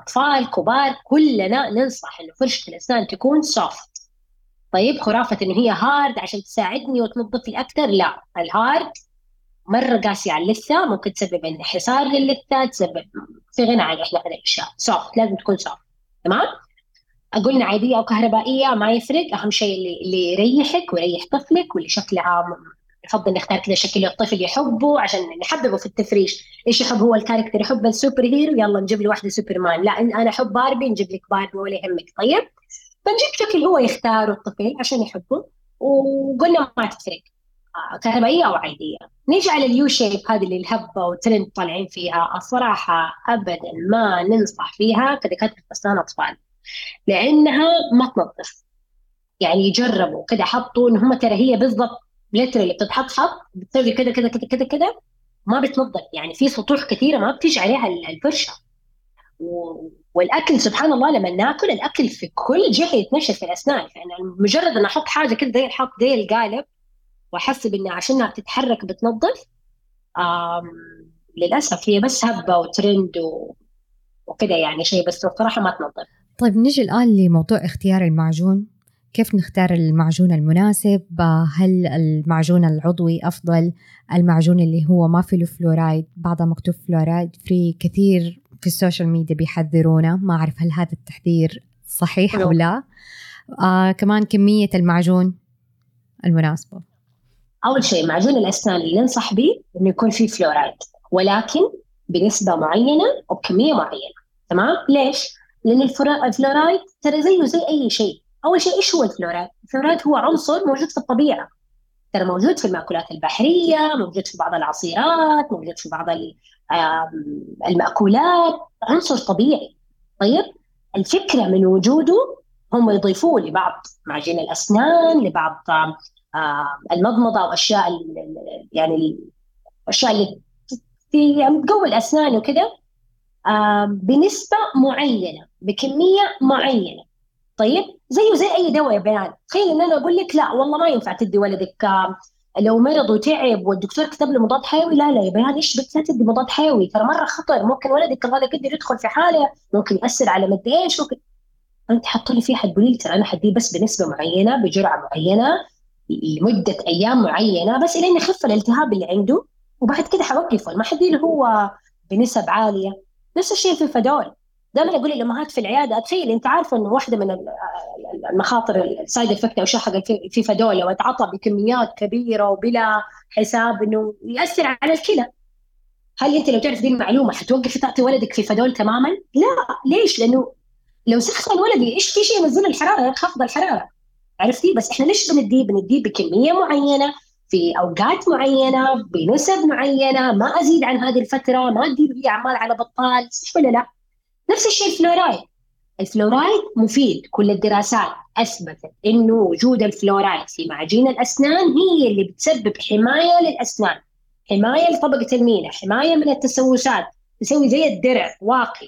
أطفال كبار كلنا ننصح إنه فرشة الأسنان تكون سوفت. طيب خرافة إنه هي هارد عشان تساعدني وتنظف لي أكثر، لا، الهارد مرة قاسي على اللثة، ممكن تسبب انحسار للثة، تسبب في غنى عن إحنا هذه الأشياء. سوفت، لازم تكون سوفت. تمام. قلنا عادية أو كهربائية ما يفرق، أهم شيء اللي, اللي يريحك ويريح طفلك واللي شكلها يفضل نختار كذا شكل الطفل يحبه عشان نحببه في التفريش. إيش يحب هو الكاركتر؟ يحب السوبر هيرو، يلا نجيب له واحدة سوبرمان. لا أنا أحب باربي، نجيب لك باربي ولا يهمك. طيب بنجيب شكل هو يختاره الطفل عشان يحبه، وقلنا ما تفرق كهربائية أو عادية. نيجي على اليو شيب هذه اللي الهبة وترند طالعين فيها، الصراحة أبدا ما ننصح فيها كدكاترة أسنان أطفال، لأنها ما تنظف. يعني يجربوا كده، حطوا إن هم ترى هي بالضبط لتر اللي بتتحط حط بتسوي كده كده كده كده كده، ما بتنظف. يعني في سطوح كثيرة ما بتيجي عليها الفرشة. و... والأكل سبحان الله لما ناكل الأكل في كل جهة يتنشف في الأسنان، يعني مجرد أن أحط حاجة كده زي الحط زي القالب واحسب انها عشانها بتتحرك بتنظف، آم للاسف هي بس هبه وترند و... وكذا يعني شيء، بس الصراحه ما تنظف. طيب نجي الآن لموضوع اختيار المعجون. كيف نختار المعجون المناسب؟ هل المعجون العضوي أفضل؟ المعجون اللي هو ما فيه فلورايد، بعضها مكتوب فلورايد فري، كثير في السوشيال ميديا بيحذرونا، ما أعرف هل هذا التحذير صحيح أو لا. آه كمان كمية المعجون المناسبة. اول شيء معجون الاسنان اللي ننصح به انه يكون فيه فلورايد، ولكن بنسبه معينه وبكميه معينه. تمام. ليش؟ لان الفلورايد ترى زيه زي اي شيء. اول شيء ايش هو الفلورايد؟ الفلورايد هو عنصر موجود في الطبيعه، ترى موجود في المأكولات البحرية، موجود في بعض العصيرات، موجود في بعض المأكولات، عنصر طبيعي. طيب الفكرة من وجوده هم يضيفوه لبعض معجون الأسنان، لبعض المضمضة وأشياء يعني الأشياء اللي في يعني تقوي الأسنان وكذا، بنسبة معينة بكمية معينة. طيب زيه زي اي دواء يا بيان. تخيل ان انا اقول لك لا والله ما ينفع تدي ولدك لو مرض وتعب والدكتور كتب له مضاد حيوي، لا لا يا بيان ايش بك لا تدي مضاد حيوي، ترى مره خطر، ممكن ولدك هذا قدر يدخل في حاله ممكن ياثر على مدري ايش. ممكن انت حط لي فيه حتقولي لي ترى انا حديه بس بنسبه معينه بجرعه معينه لمده ايام معينه بس الين يخف الالتهاب اللي عنده، وبعد كده حوقفه، ما حدي له هو بنسب عاليه. نفس الشيء في الفدول. دائما اقول للامهات في العياده، اتخيل انت عارفه انه واحده من المخاطر السايد افكت او شحقه في فدول لو اتعاطى بكميات كبيره وبلا حساب انه ياثر على الكلى. هل انت لو تعرف دي المعلومه حتوقفي تعطي ولدك في فدول تماما؟ لا. ليش؟ لانه لو سخن ولدي ايش في شيء ينزل الحراره، يخفض الحراره. عرفتي؟ بس احنا ليش بنديه؟ بنديه بكميه معينه في اوقات معينه بنسب معينه، ما ازيد عن هذه الفتره، ما ادي له اعمال على بطال، صح ولا لا؟ نفس الشيء الفلورايد. الفلورايد مفيد، كل الدراسات اثبتت انه وجود الفلورايد في معاجين الاسنان هي اللي بتسبب حمايه للاسنان، حمايه لطبقه المينا، حمايه من التسوسات، تسوي زي الدرع واقي.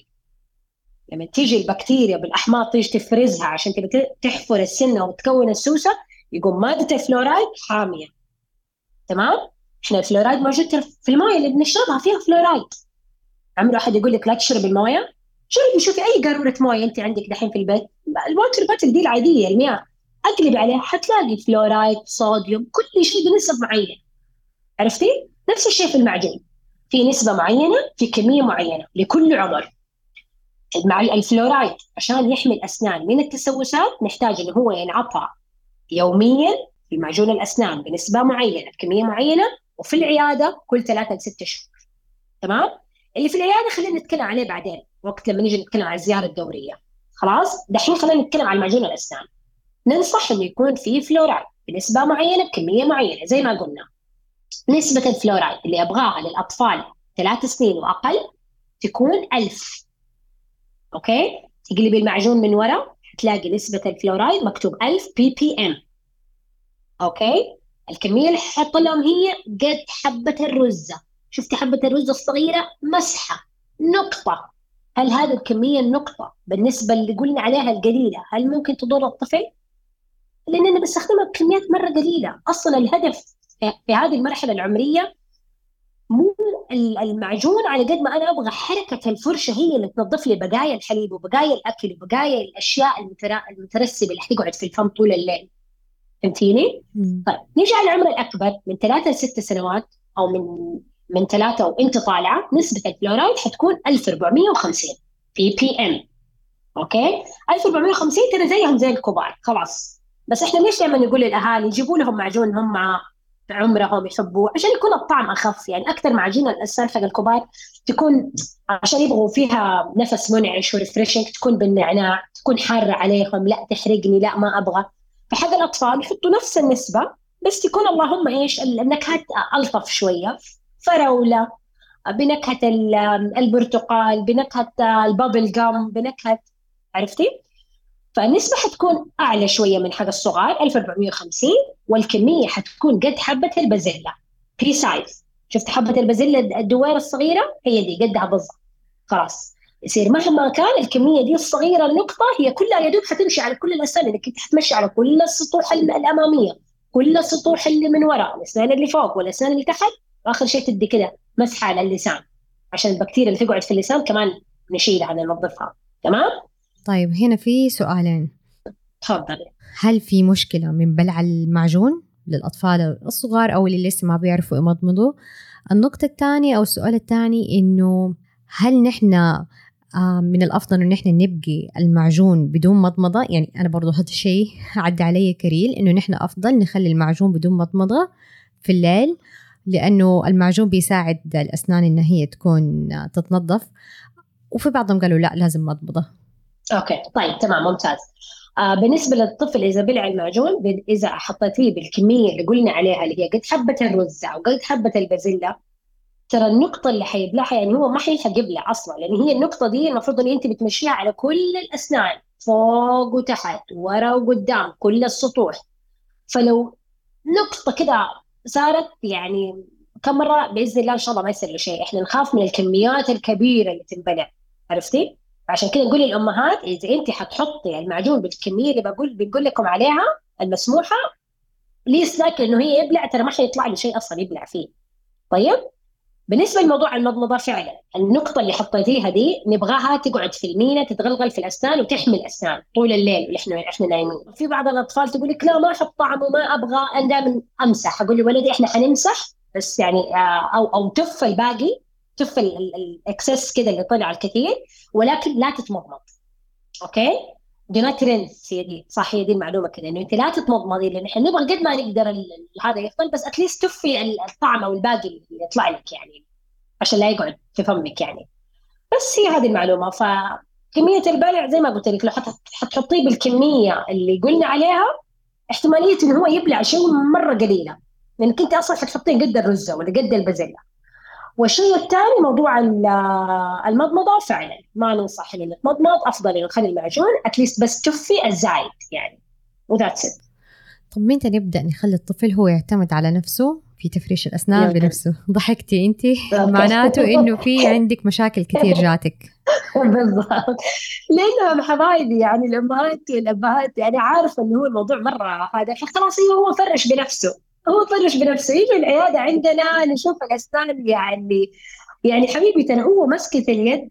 لما تيجي البكتيريا بالاحماض تيجي تفرزها عشان تبي تحفر السنه وتكون السوسه، يقوم ماده الفلورايد حاميه. تمام. احنا الفلورايد موجود في المويه اللي بنشربها فيها فلورايد. عمره احد يقول لك لا تشرب المويه؟ شوفي شوفي اي قاروره مويه انت عندك دحين في البيت، الواتر باتل دي العاديه المياه، اقلبي عليها حتلاقي فلورايد، صوديوم، كل شيء بنسب معينه. عرفتي؟ نفس الشيء في المعجون، في نسبه معينه في كميه معينه لكل عمر. الفلورايد عشان يحمي الاسنان من التسوسات نحتاج انه هو ينعطى يوميا في معجون الاسنان بنسبه معينه بكميه معينه، وفي العياده كل ثلاثة لستة شهور. تمام. اللي في العياده خلينا نتكلم عليه بعدين وقت لما نيجي نتكلم عن الزياره الدوريه. خلاص دحين خلينا نتكلم عن معجون الاسنان. ننصح انه يكون فيه فلورايد بنسبه معينه بكميه معينه زي ما قلنا. نسبه الفلورايد اللي ابغاها للاطفال ثلاث سنين واقل تكون ألف. اوكي. تقلبي المعجون من ورا تلاقي نسبه الفلورايد مكتوب ألف بي بي ام. اوكي. الكميه اللي حط لهم هي قد حبه الرزه. شفتي حبه الرزه الصغيره؟ مسحه نقطه. هل هذه الكميه النقطه بالنسبه اللي قلنا عليها القليله هل ممكن تضر الطفل؟ لان انا بستخدمها بكميات مره قليله. اصلا الهدف في هذه المرحله العمريه مو المعجون على قد ما انا ابغى حركه الفرشه هي اللي تنظف لي بقايا الحليب وبقايا الاكل وبقايا الاشياء المترسبه اللي حتقعد في الفم طول الليل. فهمتيني؟ مم. طيب نيجي على العمر الاكبر من ثلاثة لست سنوات، او من من ثلاثة وانت طالعه، نسبه الفلورايد حتكون ألف وأربعمية وخمسين في بي ام. اوكي، ألف وأربعمية وخمسين ترى زيهم زي الكبار خلاص. بس احنا ليش دائما نقول للاهالي يجيبوا لهم معجون هم في عمرهم يحبوه؟ عشان يكون الطعم اخف. يعني اكثر معجون الاسنان حق الكبار تكون عشان يبغوا فيها نفس منعش وريفريشنج، تكون بالنعناع، تكون حاره عليهم، لا تحرقني، لا ما ابغى. في حق الاطفال يحطوا نفس النسبه، بس تكون اللهم ايش النكهات الطف شويه، فراوله بنكهه البرتقال، بنكهه البابل جام، بنكهه، عرفتي؟ فالنسبة حتكون أعلى شوية من حق الصغار ألف وأربعمية وخمسين، والكمية حتكون قد حبة البازيلا بي سايز. شفت حبة البازيلا الدويرة الصغيرة؟ هي دي قدها بالضبط. خلاص يصير مهما كان الكمية دي الصغيرة النقطة هي كلها يدوب حتمشي على كل الأسنان، إنك أنت حتمشي على كل السطوح الأمامية، كل السطوح اللي من وراء، الأسنان اللي فوق والأسنان اللي تحت، وآخر شيء تدي كده مسحة على اللسان عشان البكتيريا اللي تقعد في اللسان كمان نشيلها ننظفها. تمام؟ طيب هنا في سؤالين. تفضلي. هل في مشكلة من بلع المعجون للأطفال الصغار أو اللي لسه ما بيعرفوا يمضمضوا؟ النقطة الثانية أو السؤال الثاني إنه هل نحن من الأفضل إنه نحن نبقي المعجون بدون مضمضة؟ يعني أنا برضو هذا الشيء عدى علي كريل، إنه نحن أفضل نخلي المعجون بدون مضمضة في الليل، لأنه المعجون بيساعد الأسنان إن هي تكون تتنظف، وفي بعضهم قالوا لا لازم مضمضة. أوكي طيب تمام ممتاز. آه بالنسبة للطفل إذا بلع المعجون، إذا حطيتيه بالكمية اللي قلنا عليها اللي هي قد حبة الرز أو قد حبة البازيلا، ترى النقطة اللي حيبلعها يعني هو ما حيلحق يبلع أصلا، لأن هي النقطة دي المفروض إن أنت بتمشيها على كل الأسنان، فوق وتحت ورا وقدام كل السطوح. فلو نقطة كده صارت يعني كم مرة بإذن الله إن شاء الله ما يصير له شيء. إحنا نخاف من الكميات الكبيرة اللي تنبلع، عرفتي؟ عشان كده نقول للأمهات إذا أنت حتحطي المعجون بالكمية اللي بقول بنقول لكم عليها المسموحة، ليس ذاك إنه هي يبلع، ترى ما حيطلع له شيء أصلا يبلع فيه. طيب بالنسبة لموضوع المضمضة، فعلا النقطة اللي حطيتيها دي نبغاها تقعد في المينا تتغلغل في الأسنان وتحمي الأسنان طول الليل اللي إحنا إحنا نايمين. في بعض الأطفال تقول لك لا ما أحب طعم وما أبغى، أنا دائما أمسح، أقول لولدي إحنا حنمسح بس يعني آه، أو أو تف الباقي، تف الإكسس كده اللي طلع الكثير، ولكن لا تتمضمض. أوكي؟ do not rinse. هي دي صح، هي دي المعلومة كده، إنه أنت لا تتمضمضي، لأن إحنا نبغى قد ما نقدر هذا يفضل، بس أتليست تفي الطعم أو الباقي اللي يطلع لك يعني عشان لا يقعد في فمك يعني. بس هي هذه المعلومة. فكمية البلع زي ما قلت لك لو حتحطيه بالكمية اللي قلنا عليها، احتمالية إنه هو يبلع شيء مرة قليلة، لأنك أنت أصلا حتحطيه قد الرزة ولا قد البازيلا. والشيء الثاني موضوع المضمضة، فعلا ما ننصح إن نتمضمض، أفضل إنه نخلي المعجون أتليست بس تفي الزايد يعني، وذاتس إت. طب متى نبدأ نخلي الطفل هو يعتمد على نفسه في تفريش الأسنان بنفسه؟ ضحكتي أنت، معناته إنه في عندك مشاكل كتير جاتك. بالضبط، لأنهم حبايبي يعني الأمهات والأبهات، يعني عارفة إنه هو الموضوع مرة هذا، فخلاص هو فرش بنفسه، هو فرش بنفسه. يجي العيادة عندنا نشوف الأسنان يعني يعني حبيبي ترى هو مسكة اليد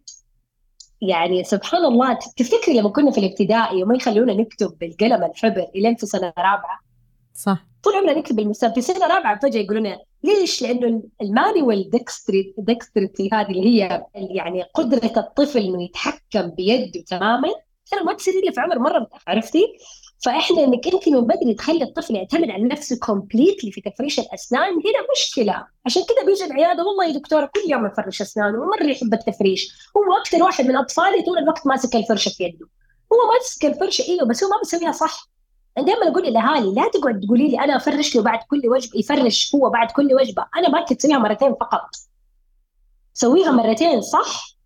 يعني سبحان الله. تفتكري لما كنا في الابتدائي وما يخلونا نكتب بالقلم الحبر إلين في سنة رابعة؟ صح. طول عمرنا نكتب بالمسام، في سنة رابعة فجأة يقولون ليش؟ لأنه المانيوال ديكستري ديكستريتي هذه اللي هي يعني قدرة الطفل إنه يتحكم بيده تماما، ترى ما تصير إلا في عمر مرة متأخر، عرفتي؟ فإحنا إنك أنت من بدري تخلي الطفل يعتمد على نفسه كومبليتلي في تفريش الأسنان هنا مشكلة. عشان كده بيجي العيادة والله يا دكتورة كل يوم يفرش أسنانه ومرة يحب التفريش، هو أكثر واحد من أطفالي طول الوقت ماسك الفرشة في يده. هو ماسك الفرشة إيوه، بس هو ما بيسويها صح. أنا دائما أقول للأهالي لا تقعد تقولي لي أنا أفرش له بعد كل وجبة، يفرش هو بعد كل وجبة. أنا باكد تسويها مرتين فقط، سويها مرتين صح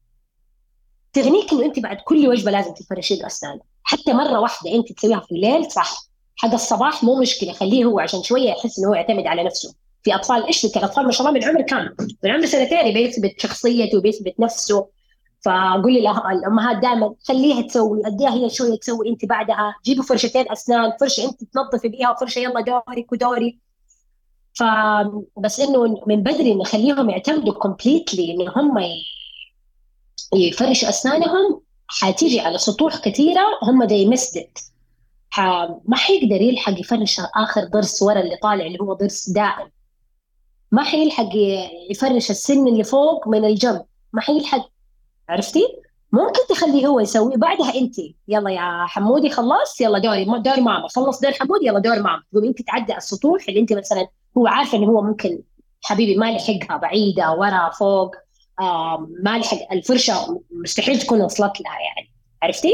تغنيك إنه أنت بعد كل وجبة لازم تفرشي له أسنانه. حتى مرة واحدة أنت تسويها في الليل صح، حق الصباح مو مشكلة، خليه هو عشان شوية يحس إنه هو يعتمد على نفسه. في أطفال إيش لك الأطفال ما شاء الله من عمر كام، من عمر سنتين بيثبت شخصيته وبيثبت نفسه. فأقول لي الأمهات دائما خليها تسوي، أديها هي شوية تسوي، أنت بعدها جيبوا فرشتين أسنان، فرشة أنت تنظفي بيها وفرشة يلا دورك ودوري. فبس انه من بدري نخليهم يعتمدوا كومبليتلي ان هم ي- يفرشوا اسنانهم، حتيجي على سطوح كثيره هم they missed it. ح... ما حيقدر يلحق يفرش اخر ضرس ورا اللي طالع اللي هو ضرس دائم، ما حيلحق ي- يفرش السن اللي فوق من الجنب، ما حيلحق. عرفتي؟ ممكن تخليه هو يسوي، بعدها انت يلا يا حمودي خلص، يلا دوري دور ماما، خلص دور حمودي يلا دور ماما، تقومي انت تعدي على السطوح اللي انت مثلا هو عارفه انه هو ممكن حبيبي ما لحقها، بعيده ورا فوق، آه ما لحق الفرشه، مستحيل تكون وصلت لها يعني. عرفتي؟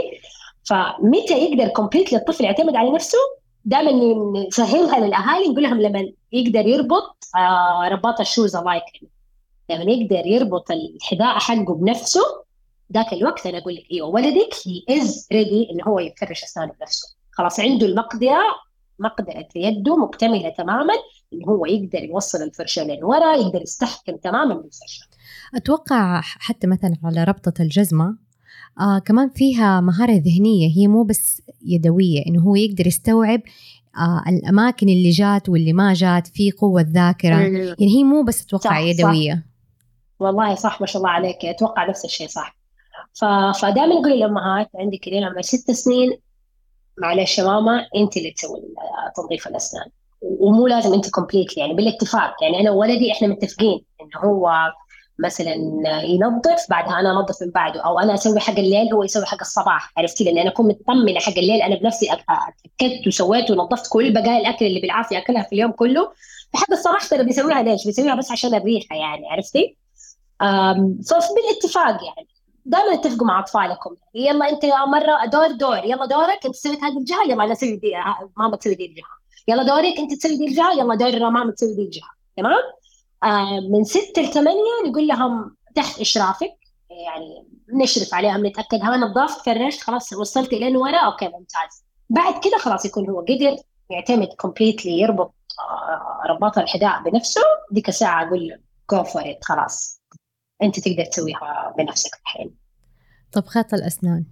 فمتى يقدر كومبليتلي الطفل يعتمد على نفسه؟ دائما نسهلها للاهالي، نقول لهم لما يقدر يربط آه رباط الشوز الله يكرمه، لما يقدر يربط الحذاء حقه بنفسه، ذاك الوقت انا اقول لك ايوه ولدك هي از ريدي ان هو يفرش اسنانه بنفسه، خلاص عنده المقدره، مقدره يده مكتمله تماما ان هو يقدر يوصل الفرشه لين ورا، يقدر يستحكم تماما بالفرشه. أتوقع حتى مثلا على ربطة الجزمة آه كمان فيها مهارة ذهنية، هي مو بس يدوية، إنه هو يقدر يستوعب آه الأماكن اللي جات واللي ما جات، في قوة ذاكرة. مم. يعني هي مو بس أتوقع صح صح، يدوية. والله صح ما شاء الله عليك، اتوقع نفس الشيء صح. ف... فدائما اقول للامهات عندك لين عمر ست سنين، معلش يا ماما انت اللي تسوي تنظيف الاسنان، ومو لازم انت كومبليت يعني بالاتفاق، يعني انا وولدي احنا متفقين انه هو مثلا ينظف بعدها انا انظف من بعده، او انا اسوي حق الليل هو يسوي حق الصباح. عرفتي؟ لان انا اكون مطمنه حق الليل انا بنفسي اتاكدت وسويت ونظفت كل بقايا الاكل اللي بالعافيه اكلها في اليوم كله. فحق الصباح ترى بيسويها ليش؟ بيسويها بس عشان الريحه يعني. عرفتي؟ أم، فبالاتفاق يعني دائما اتفقوا مع اطفالكم، يلا انت مره دور دور، يلا دورك انت سويت هذه الجهه، يلا انا اسوي دي، ماما تسوي دي الجهه، يلا دورك انت تسوي دي الجهه، يلا دور ماما تسوي دي الجهه. تمام؟ آه من ستة لثمانية نقول لهم تحت اشرافك، يعني نشرف عليهم نتاكد ها نظفت فرشت خلاص وصلت الين ورا، اوكي ممتاز. بعد كده خلاص يكون هو قدر يعتمد كومبليتلي يربط آه رباط الحذاء بنفسه، ديك الساعه اقول له جو فور ات، خلاص انت تقدر تسويها بنفسك الحين. طب خيط الأسنان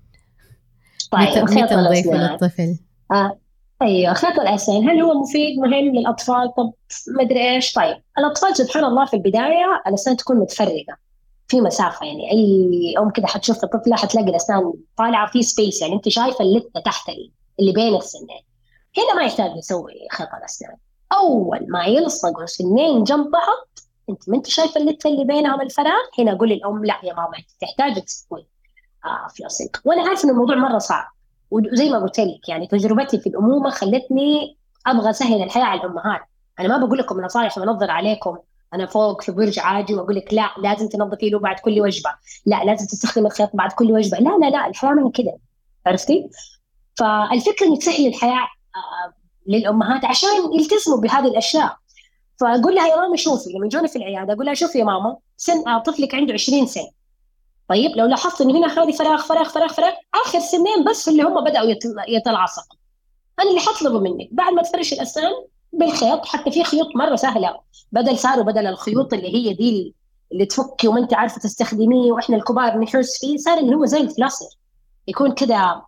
متى طيب خيط متى نضيفه الاسنان. للطفل؟ آه. ايوه خيط الاسنان هل هو مفيد مهم للاطفال؟ طب ما ادري ايش. طيب الاطفال سبحان الله في البدايه الاسنان تكون متفرقه في مسافه، يعني اي ام كده حتشوف الطفله حتلاقي الاسنان طالعه في سبيس، يعني انت شايفه اللثه تحت اللي بين السنين. هنا ما يحتاج نسوي خيط الاسنان، اول ما يلصقوا سنين جنب بعض انت ما انت شايفه اللثه اللي بينهم الفراغ، هنا اقول للام لا يا ماما انت تحتاج تسوي آه فلوسنج. وانا عارفه ان الموضوع مره صعب، وزي ما قلت لك يعني تجربتي في الامومه خلتني ابغى اسهل الحياه على الامهات. انا ما بقول لكم نصائح وانظر عليكم انا فوق في برج عاجي واقول لك لا لازم تنظفي له بعد كل وجبه، لا لازم تستخدم الخيط بعد كل وجبه، لا لا لا الحياه من كده. عرفتي؟ فالفكره انك تسهل الحياه آه للامهات عشان يلتزموا بهذه الاشياء. فاقول لها يا ماما شوفي لما يجوني في العياده اقول لها شوفي يا ماما سن آه طفلك عنده عشرين سنه، طيب لو لاحظت انه هنا هذه فراغ فراغ فراغ فراغ، اخر سنين بس اللي هم بداوا يتل- يتلاصقوا، انا اللي حطلبه منك بعد ما تفرش الاسنان بالخيط، حتى في خيوط مره سهله، بدل صاروا بدل الخيوط اللي هي دي اللي تفكي وما انت عارفه تستخدميه واحنا الكبار نحس فيه، صار اللي هو زي الفلاسر، يكون كده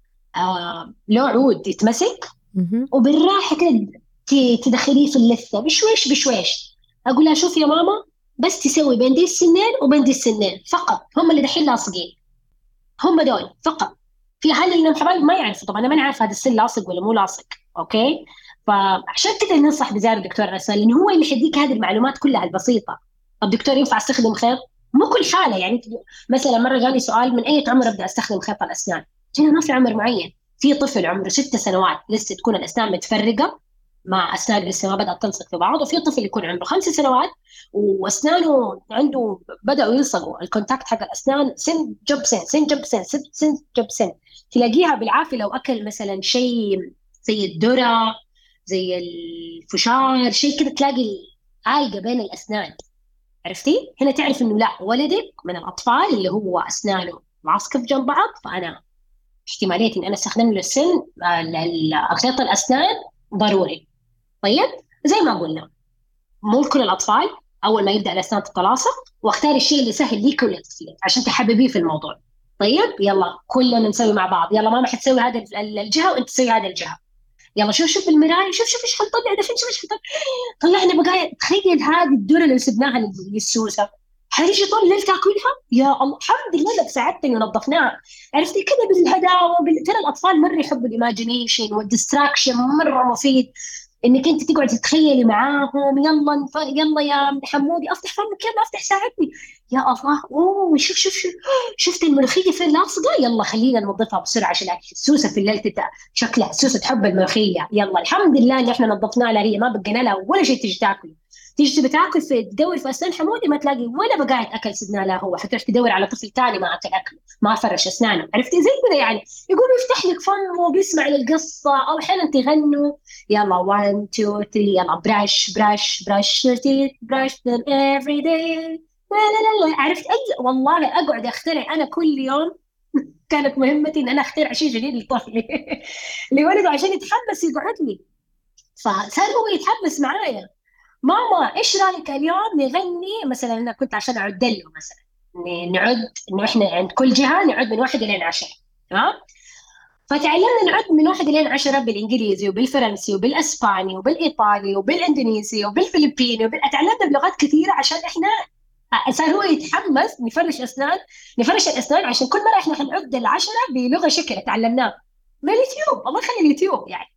آه له عود يتمسك مهم. وبالراحه كده ت- تدخليه في اللثه بشويش بشويش. اقول لها شوف يا ماما بس تسوي بين دي السنين وبين دي السنين فقط، هم اللي دحين لاصقين، هم دول فقط. في حال اللي الحبايب ما يعرفوا، طبعا انا ماني عارفه هذا السن لاصق ولا مو لاصق. اوكي؟ فعشان كده ننصح بزياره دكتور الاسنان لانه هو اللي يديك هذه المعلومات كلها البسيطه. طب دكتور ينفع استخدم خيط؟ مو كل حاله يعني. مثلا مره جاني سؤال من اي عمر ابدا استخدم خيط الاسنان؟ هنا ما في عمر معين. في طفل عمره ست سنوات لسه تكون الاسنان متفرقه مع اسنان لسه ما بدات تلصق في بعض، وفي طفل يكون عمره خمس سنوات واسنانه عنده بداوا يلصقوا الكونتاكت حق الاسنان سن جنب سن سن جنب سن سن سن جنب سن، تلاقيها بالعافيه لو اكل مثلا شيء زي الذره زي الفشار شيء كده تلاقي عالقه بين الاسنان. عرفتي؟ هنا تعرف انه لا ولدك من الاطفال اللي هو اسنانه معصقه في جنب بعض، فانا احتماليه ان انا استخدم له السن خيط الاسنان ضروري. طيب زي ما قلنا مو كل الاطفال اول ما يبدا الاسنان تتلاصق، واختار الشيء اللي سهل ليك ولطفلك عشان تحببيه في الموضوع. طيب يلا كلنا نسوي مع بعض، يلا ماما حتسوي هذا الجهه وانت تسوي هذا الجهه، يلا شوف شوف المرايه، شوف شوف ايش حنطلع دحين، شوف ايش حنطلع. طلعنا بقايا. تخيل هذه الذره اللي سبناها للسوسه حيجي طول الليل تاكلها. يا الله الحمد لله انك ساعدتني ونظفناها. عرفتي كذا بالهداوه بال... ترى الاطفال مره يحبوا الايماجينيشن والديستراكشن، مره مفيد انك انت تقعد تتخيلي معاهم. يلا نف... يلا يا حمودي افتح فمك، يلا افتح ساعدني. يا الله، اوه شوف شوف شوف، شفت الملوخيه فين لاصقه، يلا خلينا ننظفها بسرعه عشان السوسه في الليل تت... شكلها السوسه تحب الملوخيه. يلا الحمد لله ان احنا نظفنا لها، هي ما بقينا لها ولا شيء تيجي تاكل. تيجي تبي تاكل في تدور في اسنان حمودي ما تلاقي ولا بقاية اكل سدنا له هو، حتروح تدور على طفل ثاني ما اكل اكله، ما فرش اسنانه. عرفتي زي كذا يعني. يقوم يفتح لك فمه وبيسمع للقصه، او احيانا تغنوا يلا واحد اثنين ثلاثة يلا برش برش برش تيث برش them every day. لا لا لا لا. عرفت أي والله اقعد اخترع انا كل يوم. كانت مهمتي ان انا اخترع شيء جديد لطفلي لولده عشان يتحمس يقعد لي. فصار هو يتحمس معايا. ماما ايش رايك اليوم نغني مثلا؟ انا كنت عشان اعد له مثلا، ن- نعد انه احنا عند كل جهه نعد من واحد الى عشره. تمام. فتعلمنا نعد من واحد الى عشره بالانجليزي وبالفرنسي وبالاسباني وبالايطالي وبالاندونيسي وبالفلبيني وبال... تعلمنا بلغات كثيره عشان احنا صار هو يتحمس نفرش اسنان، نفرش الاسنان عشان كل مره احنا حنعد العشره بلغه شكل تعلمناه من اليوتيوب. الله يخلي اليوتيوب يعني.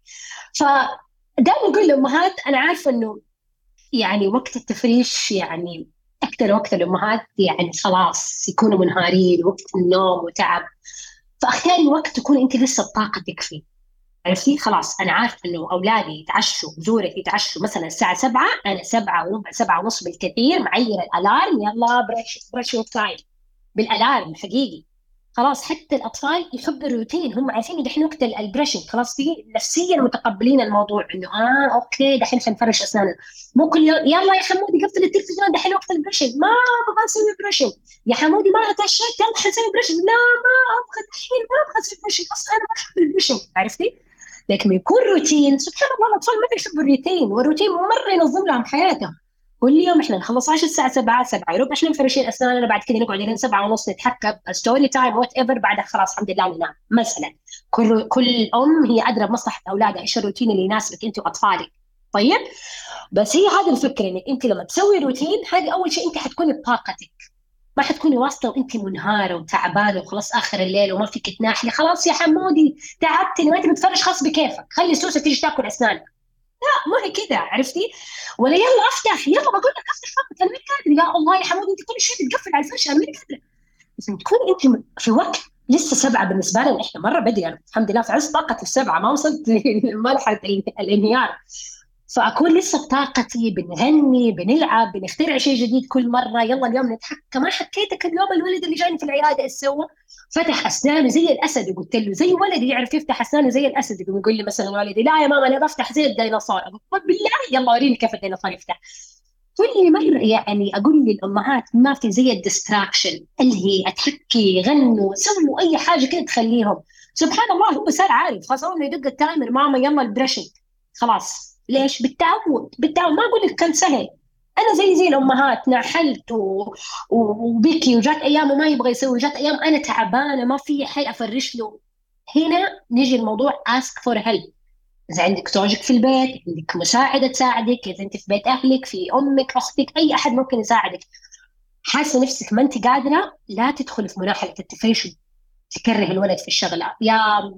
فدائما نقول للامهات، انا عارفه انه يعني وقت التفريش يعني أكثر وقت الأمهات يعني خلاص يكونوا منهارين، وقت النوم وتعب. فاختاري وقت تكون أنت لسه بطاقتك فيه. عرفتي خلاص أنا عارفة إنه أولادي يتعشوا زورك يتعشوا مثلا الساعة سبعة، أنا سبعة وربع سبعة ونص بالكثير معير الألارم، يلا برش برش تايم بالألارم حقيقي. خلاص حتى الأطفال يحبوا الروتين، هم عارفين دحين وقت البرشنج، خلاص في نفسيا متقبلين الموضوع إنه آه أوكي دحين حنفرش أسناننا. مو كل يوم يلا يا حمودي قفل التلفزيون دحين وقت البرشنج، ما أبغى أسوي برشنج. يا حمودي ما اتعشيت يلا حنسوي برشنج، لا ما أبغى دحين، ما أبغى أسوي برشنج أصلا أنا ما أحب البرشنج. عرفتي؟ لكن يكون روتين. سبحان الله الأطفال ما يحبوا الروتين، والروتين مرة ينظم لهم حياتهم. كل يوم احنا نخلص عشان الساعه سبعة سبعة يروح احنا مفرشين اسناننا، بعد كذا نقعد لين سبعة ونص نتحكى ستوري تايم وات ايفر، بعدها خلاص الحمد لله ننام مثلا. كل كل ام هي ادرى بمصلحه اولادها، ايش الروتين اللي يناسبك انت واطفالك. طيب. بس هي هذه الفكره، انك انت لما تسوي روتين هذه اول شيء انت حتكوني بطاقتك، ما حتكوني واصله وانت منهاره وتعبانه وخلاص اخر الليل وما فيك تناحلي. خلاص يا حمودي تعبتني وانت بتفرش، خلاص بكيفك خلي سوسه تيجي تاكل اسنانك. لا ما هي كذا. عرفتي؟ ولا يلا افتح، يلا بقول لك افتح فمك انا ماني قادره. يا الله يا حمود انت كل شيء بتقفل على الفرشه انا ماني قادره. بس تكون انت في وقت لسه سبعه بالنسبه لنا احنا مره بدري، يعني الحمد لله في عز طاقه السبعه ما وصلت لمرحله الانهيار. فاكون لسه بطاقتي، بنغني بنلعب بنخترع شيء جديد كل مره. يلا اليوم نتحكى، ما حكيتك اليوم الولد اللي جاني في العياده ايش سوى؟ فتح اسنانه زي الاسد، وقلت له زي ولدي يعرف يفتح اسنانه زي الاسد. يقوم يقول لي مثلا والدي لا يا ماما انا بفتح زي الديناصور. طب بالله يلا وريني كيف الديناصور يفتح. كل مره يعني اقول للامهات ما في زي الديستراكشن، اللي هي اتحكي غنوا سووا اي حاجه كده تخليهم. سبحان الله هو صار عارف خلاص، اول ما يدق التايمر ماما يلا البرشنج خلاص. ليش؟ بالتعود بالتعود. ما اقول لك كان سهل، انا زي زي الامهات نحلت و... وبكي، وجات ايام وما يبغى يسوي، وجات ايام انا تعبانه ما في حي افرش له. هنا نيجي الموضوع ask for help. اذا عندك زوجك في البيت، عندك مساعده تساعدك، اذا انت في بيت اهلك في امك اختك اي احد ممكن يساعدك. حاسه نفسك ما انت قادره، لا تدخل في مناحله التفريش تكره الولد في الشغله. يا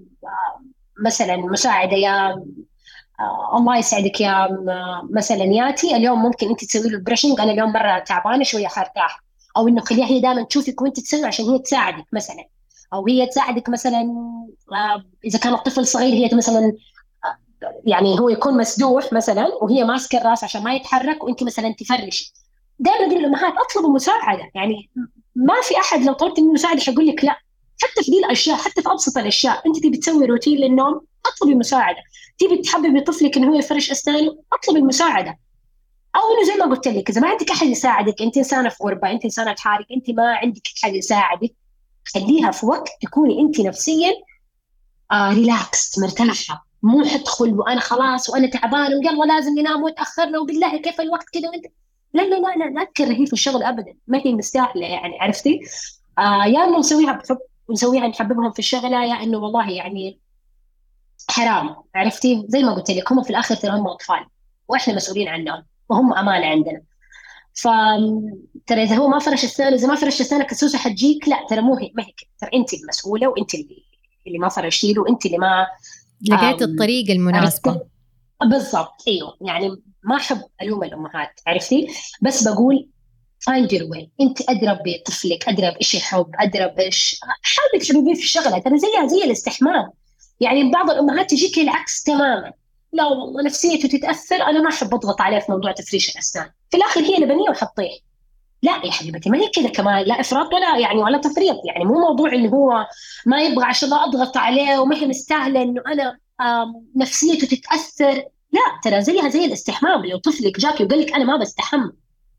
مثلا مساعده يا آه الله يسعدك يا مثلا ياتي اليوم ممكن انت تسوي له البرشنج، انا اليوم مره تعبانه شويه حرتاح. او انه خليها هي دائما تشوفك وانت تسوي عشان هي تساعدك مثلا. او هي تساعدك مثلا آه اذا كان الطفل صغير هي مثلا آه يعني هو يكون مسدوح مثلا وهي ماسكه الراس عشان ما يتحرك وانت مثلا تفرشي. دائما اقول للامهات اطلبوا مساعده، يعني ما في احد لو طلبت منه مساعده حيقول لك لا. حتى في دي الاشياء، حتى في ابسط الاشياء، انت تبي تسوي روتين للنوم اطلبي مساعده. تبي تحببي طفلك انه هو يفرش اسنانه اطلبي المساعده. او انه زي ما قلت لك اذا ما عندك احد يساعدك، انت انسانه في غربه، انت انسانه في حالك، انت ما عندك احد يساعدك، خليها في وقت تكوني انت نفسيا آه ريلاكس مرتاحه. مو حدخل وانا خلاص وانا تعبانه ويلا لازم ننام وتاخرنا وبالله كيف الوقت كذا وانت. لا لا لا لا لا تكرهي في الشغل ابدا، ما هي مستاهله يعني. عرفتي؟ آه يا انه نسويها بحب ونسويها نحببهم في الشغله، يا انه والله يعني حرام. عرفتي؟ زي ما قلت لك هم في الآخر ترى هم أطفال وإحنا مسؤولين عنهم وهم أمانة عندنا. ف ترى إذا هو ما فرش أسنانه، إذا ما فرش أسنانك السوسة حتجيك، لا ترى مو هي، ما هي كده، ترى أنت المسؤولة وأنت اللي اللي ما فرشتي له، وأنت اللي ما لقيت آم، الطريقة عرفتي؟ المناسبة. بالضبط ايوه. يعني ما احب الوم الامهات، عرفتي؟ بس بقول find your way. انت ادرى بطفلك، ادرى بايش يحب، ادرى بايش، حاولي تحببيه في الشغله. ترى زيها زي الاستحمام. يعني بعض الامهات تجيك العكس تماما، لا والله نفسيته تتاثر، انا ما احب اضغط عليه في موضوع تفريش الاسنان، في الاخر هي لبنيه وحطيه. لا يا حبيبتي، ما هي كذا كمان، لا افراط ولا يعني ولا تفريط. يعني مو موضوع انه هو ما يبغى عشان لا اضغط عليه وما هي مستاهله انه انا آم، نفسيته تتاثر. لا ترى زيها زي الاستحمام. لو طفلك جاك وقال لك انا ما بستحمى،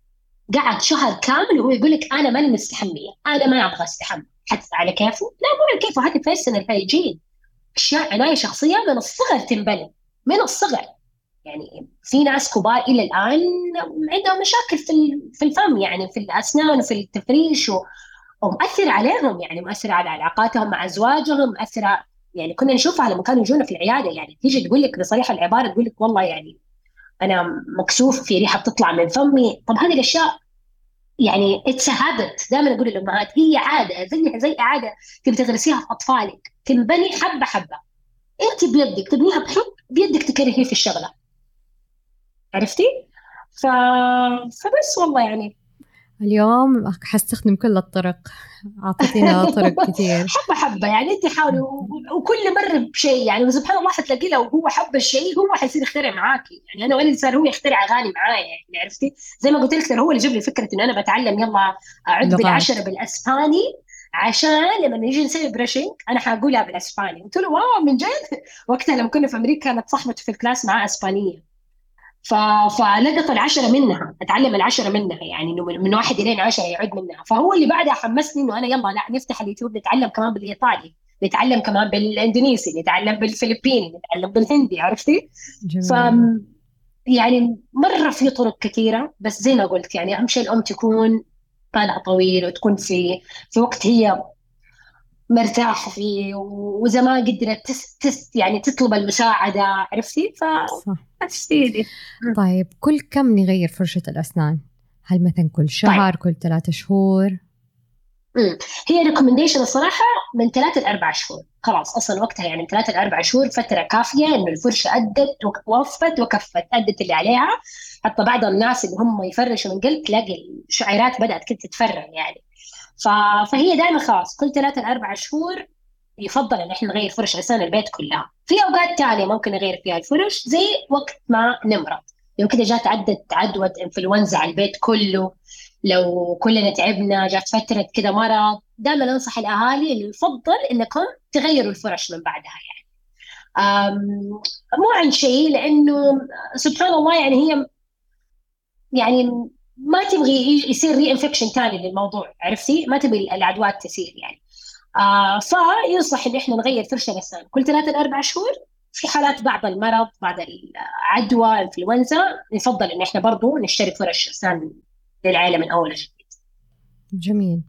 قعد شهر كامل وهو يقول لك انا ماني مستحميه، انا ما ابغى استحمى، حتى على كيفه؟ لا مو على كيفه، هذه في السنه الهيجين. اشياء عنايه شخصيه من الصغر تنبني، من الصغر. يعني في ناس كبار الى الان عندهم مشاكل في في الفم، يعني في الاسنان وفي التفريش و- ومؤثر عليهم، يعني مؤثر على علاقاتهم مع ازواجهم، مؤثره. يعني كنا نشوفها لما كانوا يجونا في العياده، يعني تيجي تقول لك بصريحه العباره، تقول لك والله يعني انا مكسوف، في ريحه بتطلع من فمي. طب هذه الاشياء يعني اتس هابت. دائما اقول للامهات هي عاده، زيها زي عاده تبي تغرسيها في اطفالك، تنبني حبه حبه. انت بيدك تبنيها بحب، بيدك تكرهيه في الشغله. عرفتي؟ ف... فبس والله يعني اليوم حستخدم كل الطرق، أعطيتينا طرق كثير. حبة حبة. يعني انت حاولي و... وكل مرة بشيء، يعني وسبحان الله حتلاقي لو هو حب الشيء هو حيصير يخترع معاكي. يعني انا ولدي صار هو يخترع اغاني معايا، يعني عرفتي؟ زي ما قلت لك ترى هو اللي جاب لي فكرة انه انا بتعلم يلا اعد لغات. بالعشرة بالاسباني، عشان لما نيجي نسوي بريشنج انا حقولها بالاسباني. قلت له واو من جد. وقتها لما كنا في امريكا كانت صاحبته في الكلاس معاه اسبانيه، ف... فلقط العشرة منها، اتعلم العشرة منها، يعني انه من من واحد الين عشرة يعد منها. فهو اللي بعدها حمسني انه انا يلا لا نفتح اليوتيوب نتعلم كمان بالايطالي، نتعلم كمان بالاندونيسي، نتعلم بالفلبيني، نتعلم بالهندي. عرفتي؟ ف جميل. يعني مرة في طرق كثيرة، بس زي ما قلت يعني أهم شيء الأم تكون بالها طويل، وتكون في في وقت هي مرتاحة فيه، وإذا ما قدرت تس, تس يعني تطلب المساعدة. عرفتي؟ ف صح. بس هي دي. طيب كل كم نغير فرشة الأسنان؟ هل مثلا كل طيب. شهر، كل ثلاثة شهور؟ مم. هي ريكومنديشن الصراحة من ثلاثة لأربع شهور، خلاص أصلا وقتها. يعني من ثلاثة لأربع شهور فترة كافية إنه الفرشة أدت وك- ووفت وكفت، أدت اللي عليها. حتى بعض الناس اللي هم يفرشوا من قلب تلاقي الشعيرات بدأت كده تتفرغ يعني. ف... فهي دائما خلاص كل ثلاثة لأربع شهور يفضل إن إحنا نغير فرش أسنان البيت كلها. في أوقات تانية ممكن نغير فيها الفرش، زي وقت ما نمرض، لو كده جات عدت عدوى إنفلونزا على البيت كله، لو كلنا تعبنا، جات فترة كده مرض، دائما أنصح الأهالي اللي يفضل إنكم تغيروا الفرش من بعدها. يعني أم، مو عن شيء، لأنه سبحان الله يعني هي يعني ما تبغي يجي- يصير ري انفكشن ثاني للموضوع. عرفتي؟ ما تبغي العدوات تصير يعني. آه فينصح ان احنا نغير فرش الاسنان كل ثلاثة لاربع شهور. في حالات بعض المرض، بعض العدوى، انفلونزا، يفضل ان احنا برضو نشتري فرش اسنان للعائله من اول وجديد. جميل.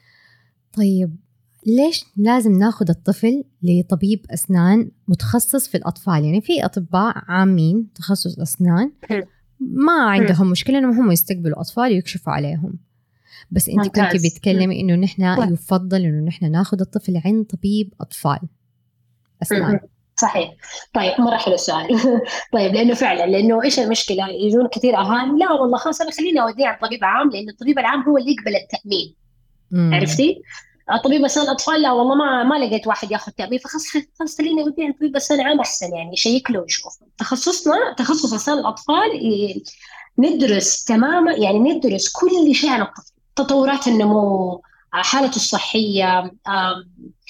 طيب ليش لازم ناخذ الطفل لطبيب أسنان متخصص في الأطفال؟ يعني في أطباء عامين تخصص أسنان ما عندهم مشكلة إنهم هم يستقبلوا أطفال ويكشفوا عليهم، بس أنت كنتي ممتاز. بتكلمي إنه نحن يفضل إنه نحن ناخذ الطفل عند طبيب أطفال أسنان. صحيح. طيب مرة حلو السؤال. طيب لأنه فعلا، لأنه إيش المشكلة؟ يجون كثير أهالي لا والله خلاص أنا خليني أوديه على طبيب عام، لأن الطبيب العام هو اللي يقبل التأمين. امم. عرفتي؟ طبيب أسنان أطفال لا والله ما ما لقيت واحد ياخذ تأمين، فخلاص خلاص خليني أوديه عند طبيب أسنان عام أحسن، يعني يشيك له ويشوف. تخصصنا تخصص أسنان الأطفال إيه، ندرس تماما، يعني ندرس كل شيء عن الطفل، تطورات النمو، حالته الصحية، آم،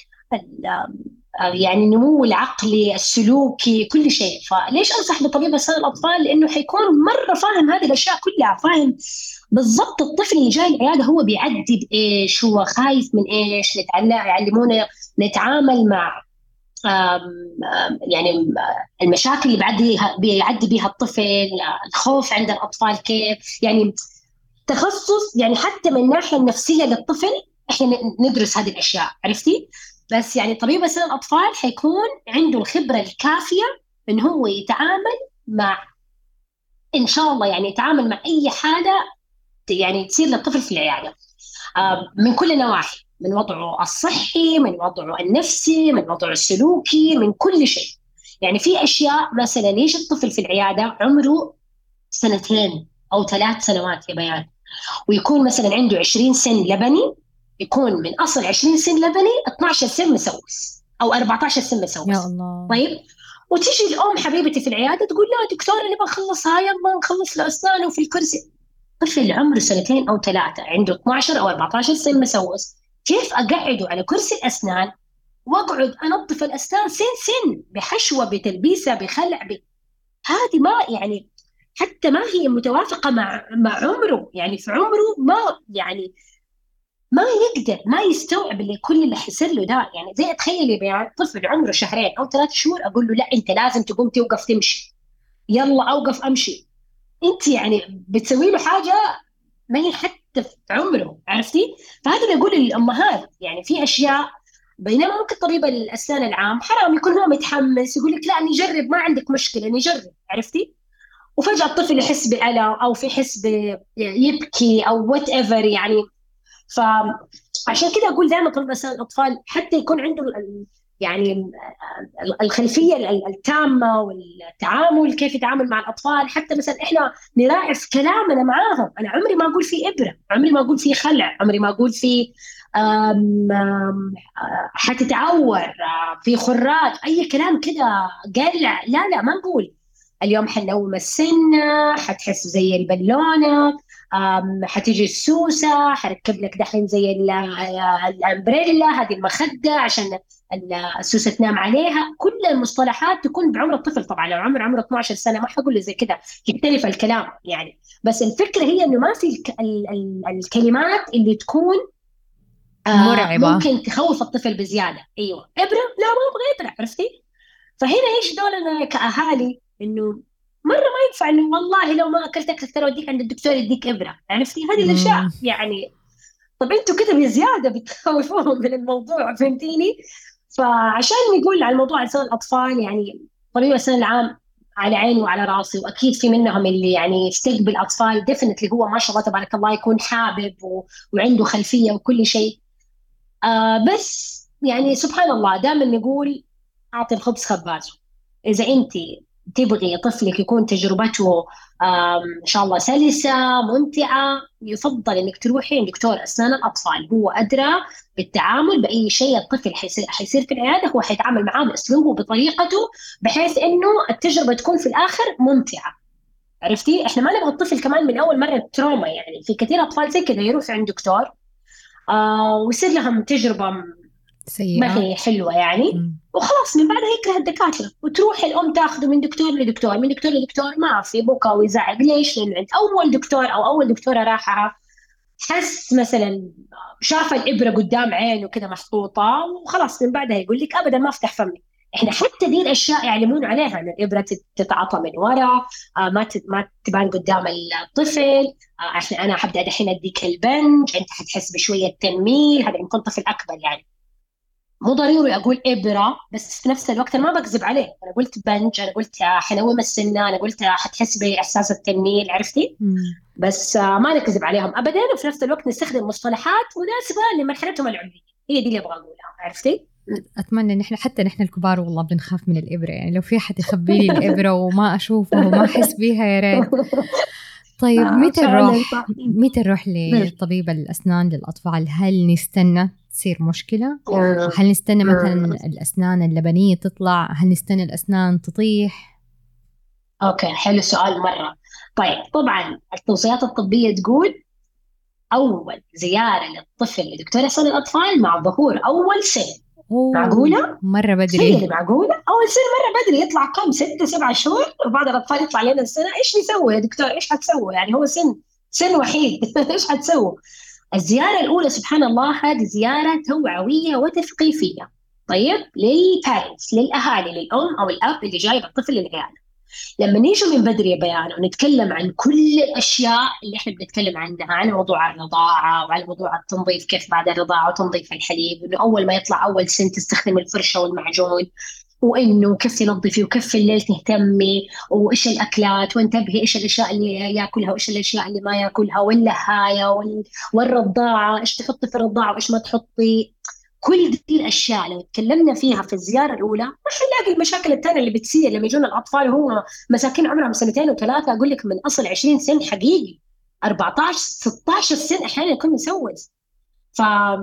يعني النمو العقلي السلوكي كل شيء. فليش أنصح بطبيب أسنان الأطفال؟ لأنه حيكون مرة فاهم هذه الأشياء كلها، فاهم بالضبط الطفل اللي جاي العيادة هو بيعدي بإيش، هو خايف من إيش، نتعلم يعلمونا نتعامل مع آم، آم، يعني المشاكل اللي بيعدي بيعدي بيها الطفل، الخوف عند الأطفال كيف يعني. تخصص يعني حتى من الناحية النفسية للطفل احنا ندرس هذه الأشياء. عرفتي؟ بس يعني طبيب أسنان الأطفال حيكون عنده الخبرة الكافية إن هو يتعامل مع، إن شاء الله يعني يتعامل مع أي حالة يعني تصير للطفل في العيادة، آه، من كل النواحي، من وضعه الصحي، من وضعه النفسي، من وضعه السلوكي، من كل شيء. يعني في أشياء مثلا يجي الطفل في العيادة عمره سنتين أو ثلاث سنوات يا بيان، ويكون مثلا عنده عشرين سن لبني، يكون من أصل عشرين سن لبني اثنا عشر سن مسوس أو أربعة عشر سن يا مسوس. الله. طيب، وتيجي الأم حبيبتي في العيادة تقول لا دكتور أنا بخلص هاي، يلا نخلص له أسنانه في الكرسي. طفل عمره سنتين أو ثلاثة عنده اثنا عشر أو أربعة عشر سن مسوس، كيف أقعده على كرسي الأسنان وأقعد أنظف الأسنان سن سن بحشوة بتلبيسة بخلع ب... هذه ما يعني، حتى ما هي متوافقة مع مع عمره. يعني في عمره ما يعني ما يقدر، ما يستوعب اللي كل اللي حيصير له ده. يعني زي تخيلي يعني طفل عمره شهرين أو ثلاث شهور أقول له لا أنت لازم تقوم توقف تمشي، يلا أوقف أمشي. أنت يعني بتسوي له حاجة ما هي حتى في عمره، عرفتي؟ فهذا اللي يقول للأمهات، يعني في أشياء بينما ممكن طبيب الأسنان العام حرام يكون هو متحمس يقول لك لا نجرب ما عندك مشكلة نجرب، عرفتي؟ وفجأة الطفل يحس بألم أو في حس ب- يبكي أو وات ايفر يعني. فعشان كده أقول دائما طبيب أسنان الأطفال حتى يكون عنده ال- يعني الخلفية التامة والتعامل كيف يتعامل مع الأطفال، حتى مثلا إحنا نراعي في كلامنا معاهم. أنا عمري ما أقول فيه إبرة، عمري ما أقول فيه خلع، عمري ما أقول فيه آم، آم، آه، حتتعور، آه، في خراج، أي كلام كده قلع، لا لا ما نقول. اليوم حنوم السنة، حتحس زي البالونة، آم، حتيجي السوسة، حركب لك دحين زي ال- آه، الأمبريلا هذه المخدة عشان السوسه تنام عليها. كل المصطلحات تكون بعمر الطفل. طبعا لو عمر عمره اثنا عشر سنه ما حقول له زي كده، يختلف الكلام يعني. بس الفكره هي انه ما في الك... ال... ال... الكلمات اللي تكون آه مرعبة. ممكن تخوف الطفل بزياده. ايوه ابره، لا ما ابغى ابره، عرفتي؟ فهنا ايش دورنا كاهالي؟ انه مره ما ينفع انه والله لو ما اكلت اكل ترى اوديك عند الدكتور يديك ابره، عرفتي؟ هذه الاشياء مم. يعني. طب انتوا كده بزياده بتخوفوهم من الموضوع، فهمتيني؟ فعشان نقول على الموضوع لسان الاطفال يعني، طبيب السنه العام على عيني وعلى راسي، واكيد في منهم اللي يعني يستقبل اطفال ديفنتلي هو ما شاء الله تبارك الله يكون حابب و... وعنده خلفيه وكل شيء. آه بس يعني سبحان الله دائما نقول اعطي الخبز خبازه. اذا انت تبغي طفلك يكون تجربته آم، ان شاء الله سلسه ممتعه، يفضل انك تروحي عند دكتور اسنان الاطفال، هو ادرى بالتعامل باي شيء الطفل حيصير, حيصير في العياده، هو حيتعامل معاه باسلوبه بطريقته بحيث انه التجربه تكون في الاخر ممتعه. عرفتي؟ احنا ما نبغى الطفل كمان من اول مره تروما. يعني في كثير اطفال زي كذا يروح عند دكتور آه ويصير لهم تجربة ما سيئة. هي حلوة يعني، مم. وخلاص من بعدها يكره الدكاترة، وتروح الأم تاخذه من دكتور لدكتور، من دكتور لدكتور، ما في بكى ويزعق. ليش؟ لأن عند أول دكتور أو أول دكتورة راحها حس مثلا شاف الإبرة قدام عينه كده محطوطة وخلاص، من بعدها يقول لك أبدا ما أفتح فمي. إحنا حتى دي الأشياء يعلمون عليها، إن الإبرة تت- تتعاطى من ورا، آه ما تت- ما تبان قدام الطفل، آه عشان أنا حبدأ دحين أديك البنج أنت حتحس بشوية تنميل، هذا إن كنت طفل أكبر يعني. مو ضروري اقول ابره، بس في نفس الوقت انا ما بكذب عليه، انا قلت بنج، انا قلت حنوم السنه، انا قلت حتحس باحساس التنميل، عرفتي؟ مم. بس آه، ما نكذب عليهم ابدا، وفي نفس الوقت نستخدم مصطلحات مناسبه لمرحلتهم العمريه. هي دي اللي ابغى اقولها، عرفتي؟ أتمنى إن إحنا حتى نحن الكبار والله بنخاف من الإبرة، يعني لو في حد يخبي لي الإبرة وما أشوفها وما أحس بيها يا ريت. طيب آه متى فعلا نروح صح. متى نروح لطبيب الأسنان للأطفال؟ هل نستنى تصير مشكلة؟ مم. هل نستنى مثلا مم. الأسنان اللبنية تطلع؟ هل نستنى الأسنان تطيح؟ اوكي حلو السؤال مره. طيب طبعا التوصيات الطبيه تقول اول زياره للطفل لدكتور اسنان الاطفال مع ظهور اول سن. أوه معقوله؟ مرة بدري. تخيلي معقولة أول سنة مرة بدري، يطلع كم ستة سبعة شهور، وبعض الأطفال يطلع لنا السنة. إيش نسوي يا دكتور؟ إيش حتسوي يعني؟ هو سن سن وحيد إيش حتسوي؟ الزيارة الأولى سبحان الله هذه زيارة توعوية وتثقيفية. طيب للبارنتس، للأهالي، للأم أو الأب اللي جايب الطفل للعيادة. لما نيجي من بدري يا بيان ونتكلم عن كل الأشياء اللي إحنا بنتكلم عنها، عن موضوع الرضاعة وعن موضوع التنظيف كيف بعد الرضاعة وتنظيف الحليب، إنه أول ما يطلع أول سن تستخدم الفرشة والمعجون، وإنه كيف تنظفي وكيف في الليل تهتمي، وإيش الأكلات، وانتبهي إيش الأشياء اللي يأكلها وإيش الأشياء اللي ما يأكلها، واللهاية وال... والرضاعة، إيش تحطي في الرضاعة وإيش ما تحطي. كل دي الأشياء لو تكلمنا فيها في الزيارة الأولى ما حنلاقي المشاكل الثانية اللي بتصير لما يجون الأطفال وهم مساكين عمرهم سنتين وثلاثة. أقول لك من أصل عشرين سن حقيقي، أربعة عشر ستة عشر سن أحيانا يكون مسوس. ف...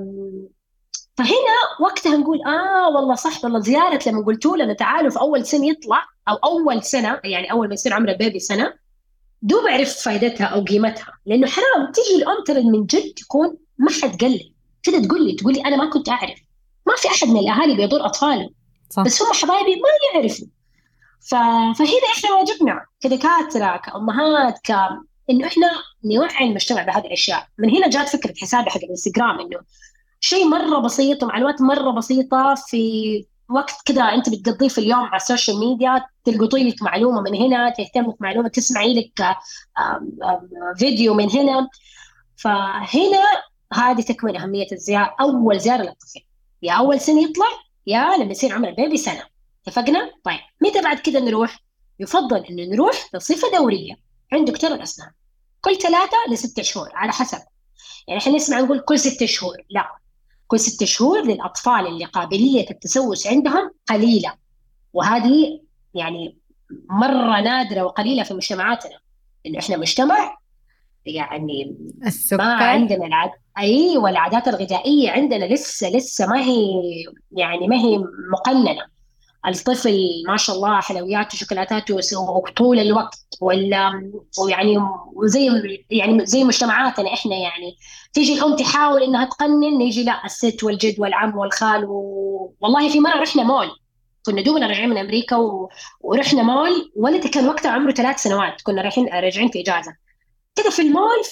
فهنا وقتها نقول آه والله صح، والله زيارة لما قلتوا لنا تعالوا في أول سن يطلع أو أول سنة، يعني أول ما يصير عمره بيبي سنة، دوب أعرف فائدتها أو قيمتها. لأنه حرام تيجي الأم ترى من جد تكون ما حد قال لي كده، تقول لي تقول لي أنا ما كنت أعرف. ما في أحد من الأهالي بيضر أطفاله، صح. بس هم حبايبي ما يعرفوا. ف... فهنا إحنا واجبنا كدكاترة كأمهات ك إنه إحنا نوعي المجتمع بهذه الأشياء. من هنا جات فكرة حسابي حق الانستغرام، إنه شيء مرة بسيط ومعلومات مرة بسيطة في وقت كده أنت بتقضيه في اليوم على السوشيال ميديا، تلقطي لك معلومة من هنا، تهتم في معلومة، تسمعي لك آم، آم، فيديو من هنا. فهنا هذه تكمن أهمية الزيارة، أول زيارة للطفل، يا أول سنة يطلع يا لما يصير عمر البيبي سنة. اتفقنا؟ طيب متى بعد كده نروح؟ يفضل إنه نروح بصفة دورية عند دكتور الأسنان كل ثلاثة لستة شهور على حسب. يعني احنا نسمع نقول كل ستة شهور، لا، كل ست شهور للأطفال اللي قابلية التسوس عندهم قليلة، وهذه يعني مرة نادرة وقليلة في مجتمعاتنا، إنه إحنا مجتمع يعني ما السكر. عندنا العاد أيوة العادات الغذائية عندنا لسه لسه ما هي يعني ما هي مقننة. الطفل ما شاء الله حلويات وشوكولاتات وس- وطول الوقت، ولا ويعني وزي يعني زي مجتمعاتنا احنا، يعني تيجي الام تحاول انها تقنن، يجي لا الست والجد والعم والخال و... والله في مره رحنا مول، كنا دوبنا راجعين من امريكا و... ورحنا مول، ولدي كان وقتها عمره ثلاث سنوات، كنا رايحين راجعين في اجازه كده في المول.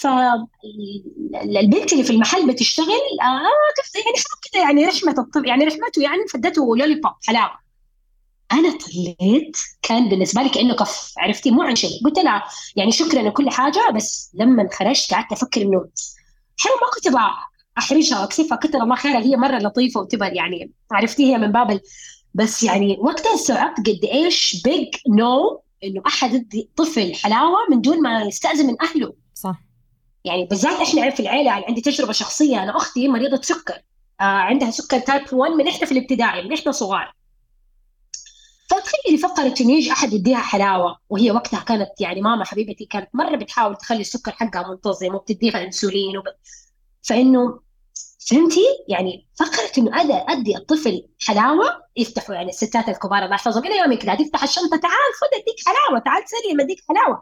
فالبنت اللي في المحل بتشتغل آه كيف يعني كده يعني رحمه الطفل يعني رحمته يعني فدته لولي بوب حلاوه. انا طلعت كان بالنسبه لي كانه كف، عرفتي مو عن شيء، قلت لها يعني شكرا لكل حاجه، بس لما خرجت قعدت افكر انه حلو ما كنت ابغى احرجها واكسفها، كتر الله خيرها هي مره لطيفه وتبى يعني عرفتي هي من باب ال... بس يعني وقتها استوعبت قد ايش بيج نو انه احد يدي طفل حلاوه من دون ما يستاذن من اهله. صح. يعني بالذات احنا في العيله، يعني عندي تجربه شخصيه، انا اختي مريضه سكر، آه عندها سكر تايب واحد من احنا في الابتدائي من احنا صغار. فتخيلي فكرت انه يجي احد يديها حلاوه، وهي وقتها كانت يعني ماما حبيبتي كانت مره بتحاول تخلي السكر حقها منتظم وبتديها انسولين وب... فانه فهمتي يعني فكرت انه ادى ادي الطفل حلاوه، يفتحوا يعني الستات الكبار الله يحفظهم الى يومك لا تفتح الشنطه تعال خذ اديك حلاوه، تعال سري ما اديك حلاوه.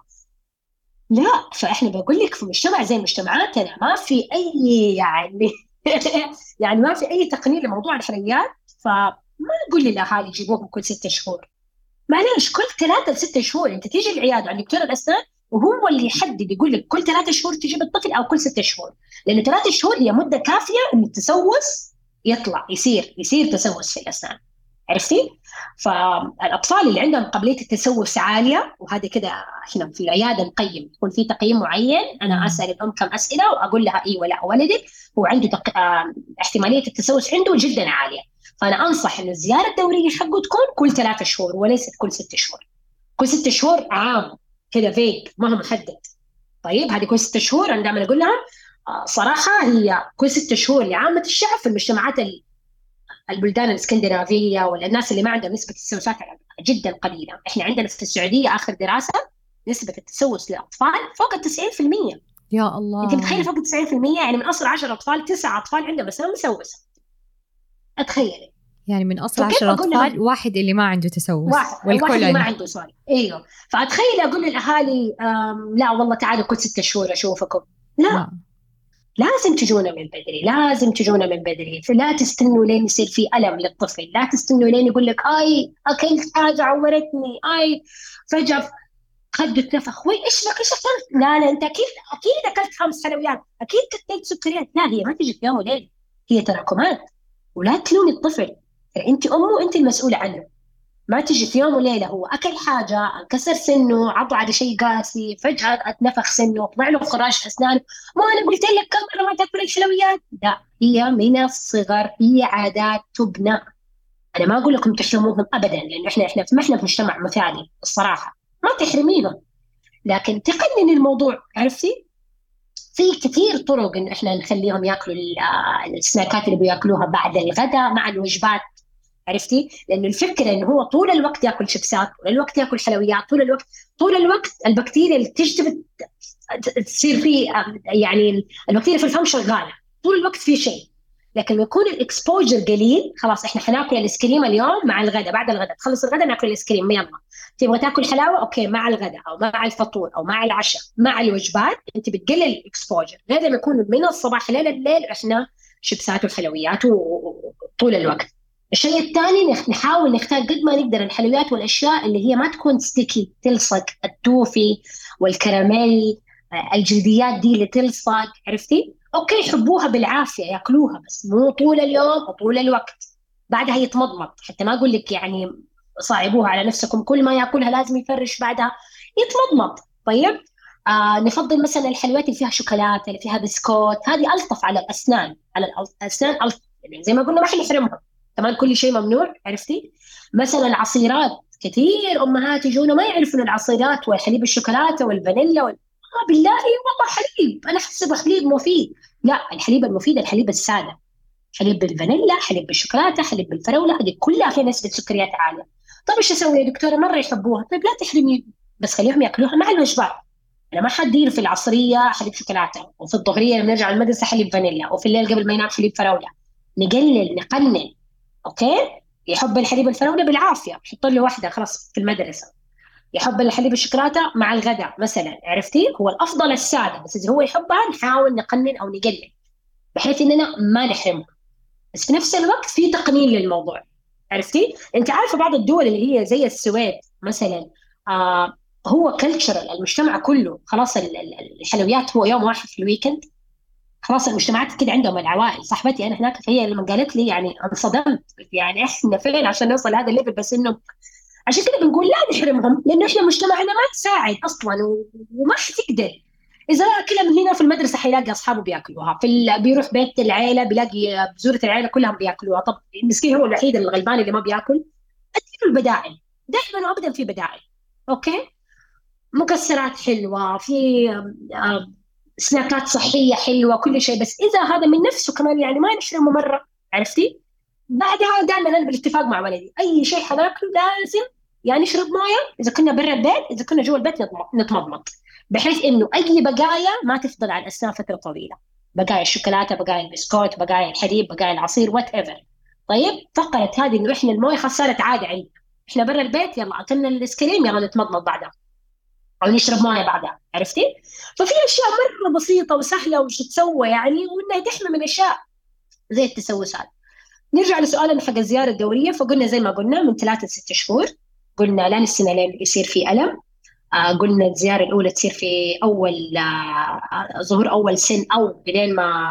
لا، فاحنا بقول لك في مجتمع زي مجتمعاتنا ما في اي يعني يعني ما في اي تقنين لموضوع الحلويات. فما نقول للاهالي جيبوهم كل ستة شهور، معلش كل ثلاثة لستة شهور انت تيجي العياده عند دكتور الاسنان وهو اللي يحدد، يقول لك كل ثلاثة شهور تجيب الطفل او كل ستة شهور، لانه ثلاثة شهور هي مده كافيه انه التسوس يطلع، يصير يصير تسوس في الاسنان، عرفتي؟ فالاطفال اللي عندهم قابليه التسوس عاليه، وهذه كده احنا في العياده نقيم، يكون في تقييم معين، انا مم. اسال الام كم اسئله واقول لها اي ولا ولدك هو عنده تق... آه، احتماليه التسوس عنده جدا عاليه. فانا انصح انه الزياره الدوريه حقه تكون كل ثلاثة شهور وليست كل ست شهور. كل ست شهور عام كده فيك ما هو محدد. طيب هذه كل ست شهور انا دائما اقول لها آه، صراحه هي كل ست شهور لعامه الشعب في المجتمعات ال- البلدان الاسكندنافيه ولا الناس اللي ما عندهم نسبه التسوسات جدا قليله. احنا عندنا في السعوديه اخر دراسه نسبه التسوس للاطفال فوق ال تسعين في المية. يا انت متخيله الله. فوق ال تسعين في المية؟ يعني من اصل عشرة اطفال تسعة اطفال عندهم اسنان مسوسه، اتخيلي. يعني من أصل فكيف عشر اقول لهم أطفال واحد اللي ما عنده تسوس واحد واحد والكل اللي ما عنده. عنده سوري ايوه. فاتخيل اقول للاهالي آم، لا والله تعالوا كل ستة شهور اشوفكم، لا، لا. لازم تجونا من بدري، لازم تجونا من بدري، فلا تستنوا لين يصير في الم للطفل، لا تستنوا لين يقول لك اي اكلت حاجه عورتني، اي فجاه خده نفخ، وي ايش بك ايش اكلت؟ لا لا انت اكيد اكيد اكلت خمس حلويات، اكيد كلت سكريات. لا، هي ما تجي في يوم وليله، هي تراكمات. ولا تلومي الطفل، انت امه انت المسؤوله عنه. ما تجي في يوم وليلة هو أكل حاجة انكسر سنه، عض على شيء قاسي، فجأة اتنفخ سنه، طلع له خراش في أسنانه. ما أنا قلت لك كم مرة ما تاكل الحلويات؟ لا، هي من الصغر، هي عادات تبنى. أنا ما أقول لكم تحرموهم أبدا، لأنه إحنا إحنا ما إحنا في مجتمع مثالي الصراحة، ما تحرميهم، لكن تقنن الموضوع. عرفتي؟ في كثير طرق إنه إحنا نخليهم ياكلوا ال- آه، السناكات اللي بياكلوها بعد الغداء مع الوجبات. عرفتي؟ لأنه الفكرة إنه هو طول الوقت ياكل شيبسات، طول الوقت ياكل حلويات، طول الوقت، طول الوقت البكتيريا اللي تجتمع تصير في، يعني البكتيريا في الفم شغالة طول الوقت في شيء. لكن لما يكون الاكسبوجر قليل، خلاص احنا حناكل الايس كريم اليوم مع الغداء، بعد الغداء تخلص الغداء ناكل الايس كريم، يلا. تبغى تاكل حلاوه، اوكي، مع الغداء او مع الفطور او مع العشاء مع الوجبات، انت بتقلل الاكسبوجر. غير لما يكون من الصباح لين الليل احنا شيبسات وحلويات وطول الوقت. الشيء الثاني، نحاول نختار قد ما نقدر الحلويات والاشياء اللي هي ما تكون ستيكي تلصق، التوفي والكراميل، الجلديات دي اللي تلصق. عرفتي؟ اوكي، يحبوها بالعافيه ياكلوها، بس مو طول اليوم وطول الوقت. بعدها يتمضمض، حتى ما اقول لك يعني صعبوها على نفسكم، كل ما ياكلها لازم يفرش بعدها، يتمضمض. طيب، آه نفضل مثلا الحلويات اللي فيها شوكولاته، اللي فيها بسكوت، هذه الطف على الاسنان، على الاسنان الطف، يعني زي ما قلنا ما حنحرمها، كمان كل شيء ممنوع. عرفتي؟ مثلا العصيرات، كثير امهات يجونا ما يعرفون العصيرات والحليب الشوكولاته والفانيلا وال... آه بالله والله حليب انا احسبه حليب مفيد. لا، الحليب المفيد الحليب الساده، حليب بالفانيلا، حليب بالشوكولاته، حليب بالفراوله، هذه كلها فيها نسبه سكريات عاليه. طيب ايش اسوي يا دكتوره؟ مره يحبوها، طيب لا تحرمي، بس خليهم ياكلوها مع الوجبات. انا ما حدير في العصريه حليب شوكولاته، وفي الظهريه لما نرجع المدرسه حليب فانيلا، وفي الليل قبل ما ينام حليب فراوله. نقلل نقنن. اوكي؟ يحب الحليب الفراوله بالعافيه، حط له واحده خلاص في المدرسه. يحب الحليب الشوكولاته مع الغداء مثلا. عرفتي؟ هو الافضل الساده، بس اذا هو يحبها نحاول نقنن او نقلل، بحيث اننا ما نحرمه، بس في نفس الوقت في تقنين للموضوع. عرفتي؟ انت عارفه بعض الدول اللي هي زي السويد مثلا، آه هو كلتشرال، المجتمع كله خلاص الحلويات هو يوم واحد في الويكند. خلاص المجتمعات كده عندهم العوائل. صاحبتي انا هناك، هي لما قالت لي يعني انصدمت، يعني احنا فين عشان نوصل لهذا الليفل؟ بس انه عشان كده بنقول لا نحرمهم، لانه احنا مجتمعنا ما تساعد اصلا و... وما حتقدر. اذا اكلها من هنا في المدرسه حيلاقي اصحابه بياكلوها، في ال... بيروح بيت العيله بيلاقي بزوره العيله كلهم بياكلوها. طب المسكين هو الوحيد الغلبان اللي ما بياكل؟ اديله البدائل، دائما وابدا في بدائل. اوكي؟ مكسرات حلوه، في آه، سناكات صحيه حلوه، كل شيء، بس اذا هذا من نفسه كمان يعني ما نحرمه مره. عرفتي؟ بعدها دائما انا بالاتفاق مع ولدي اي شيء حناكله لازم يعني نشرب مويه، اذا كنا برا البيت، اذا كنا جوا البيت نضم- نتمضمض، بحيث انه اي بقايا ما تفضل على الاسنان فتره طويله. بقايا الشوكولاته، بقايا البسكوت، بقايا الحليب، بقايا العصير، وات ايفر. طيب، فقرت هذه انه احنا المويه خلاص صارت عاده عندنا، احنا برا البيت يلا اكلنا الايس كريم يلا نتمضمض بعدها او نشرب مويه بعدها. عرفتي؟ ففي اشياء مره بسيطه وسهله وش تسوى يعني، وانها تحمي من اشياء زي التسوسات. نرجع لسؤالنا حق الزيارة الدورية، فقلنا زي ما قلنا من ثلاثة لستة شهور. قلنا لا نستنى لين يصير في ألم. آه قلنا الزيارة الأولى تصير في أول آه ظهور أول سن، أو لين ما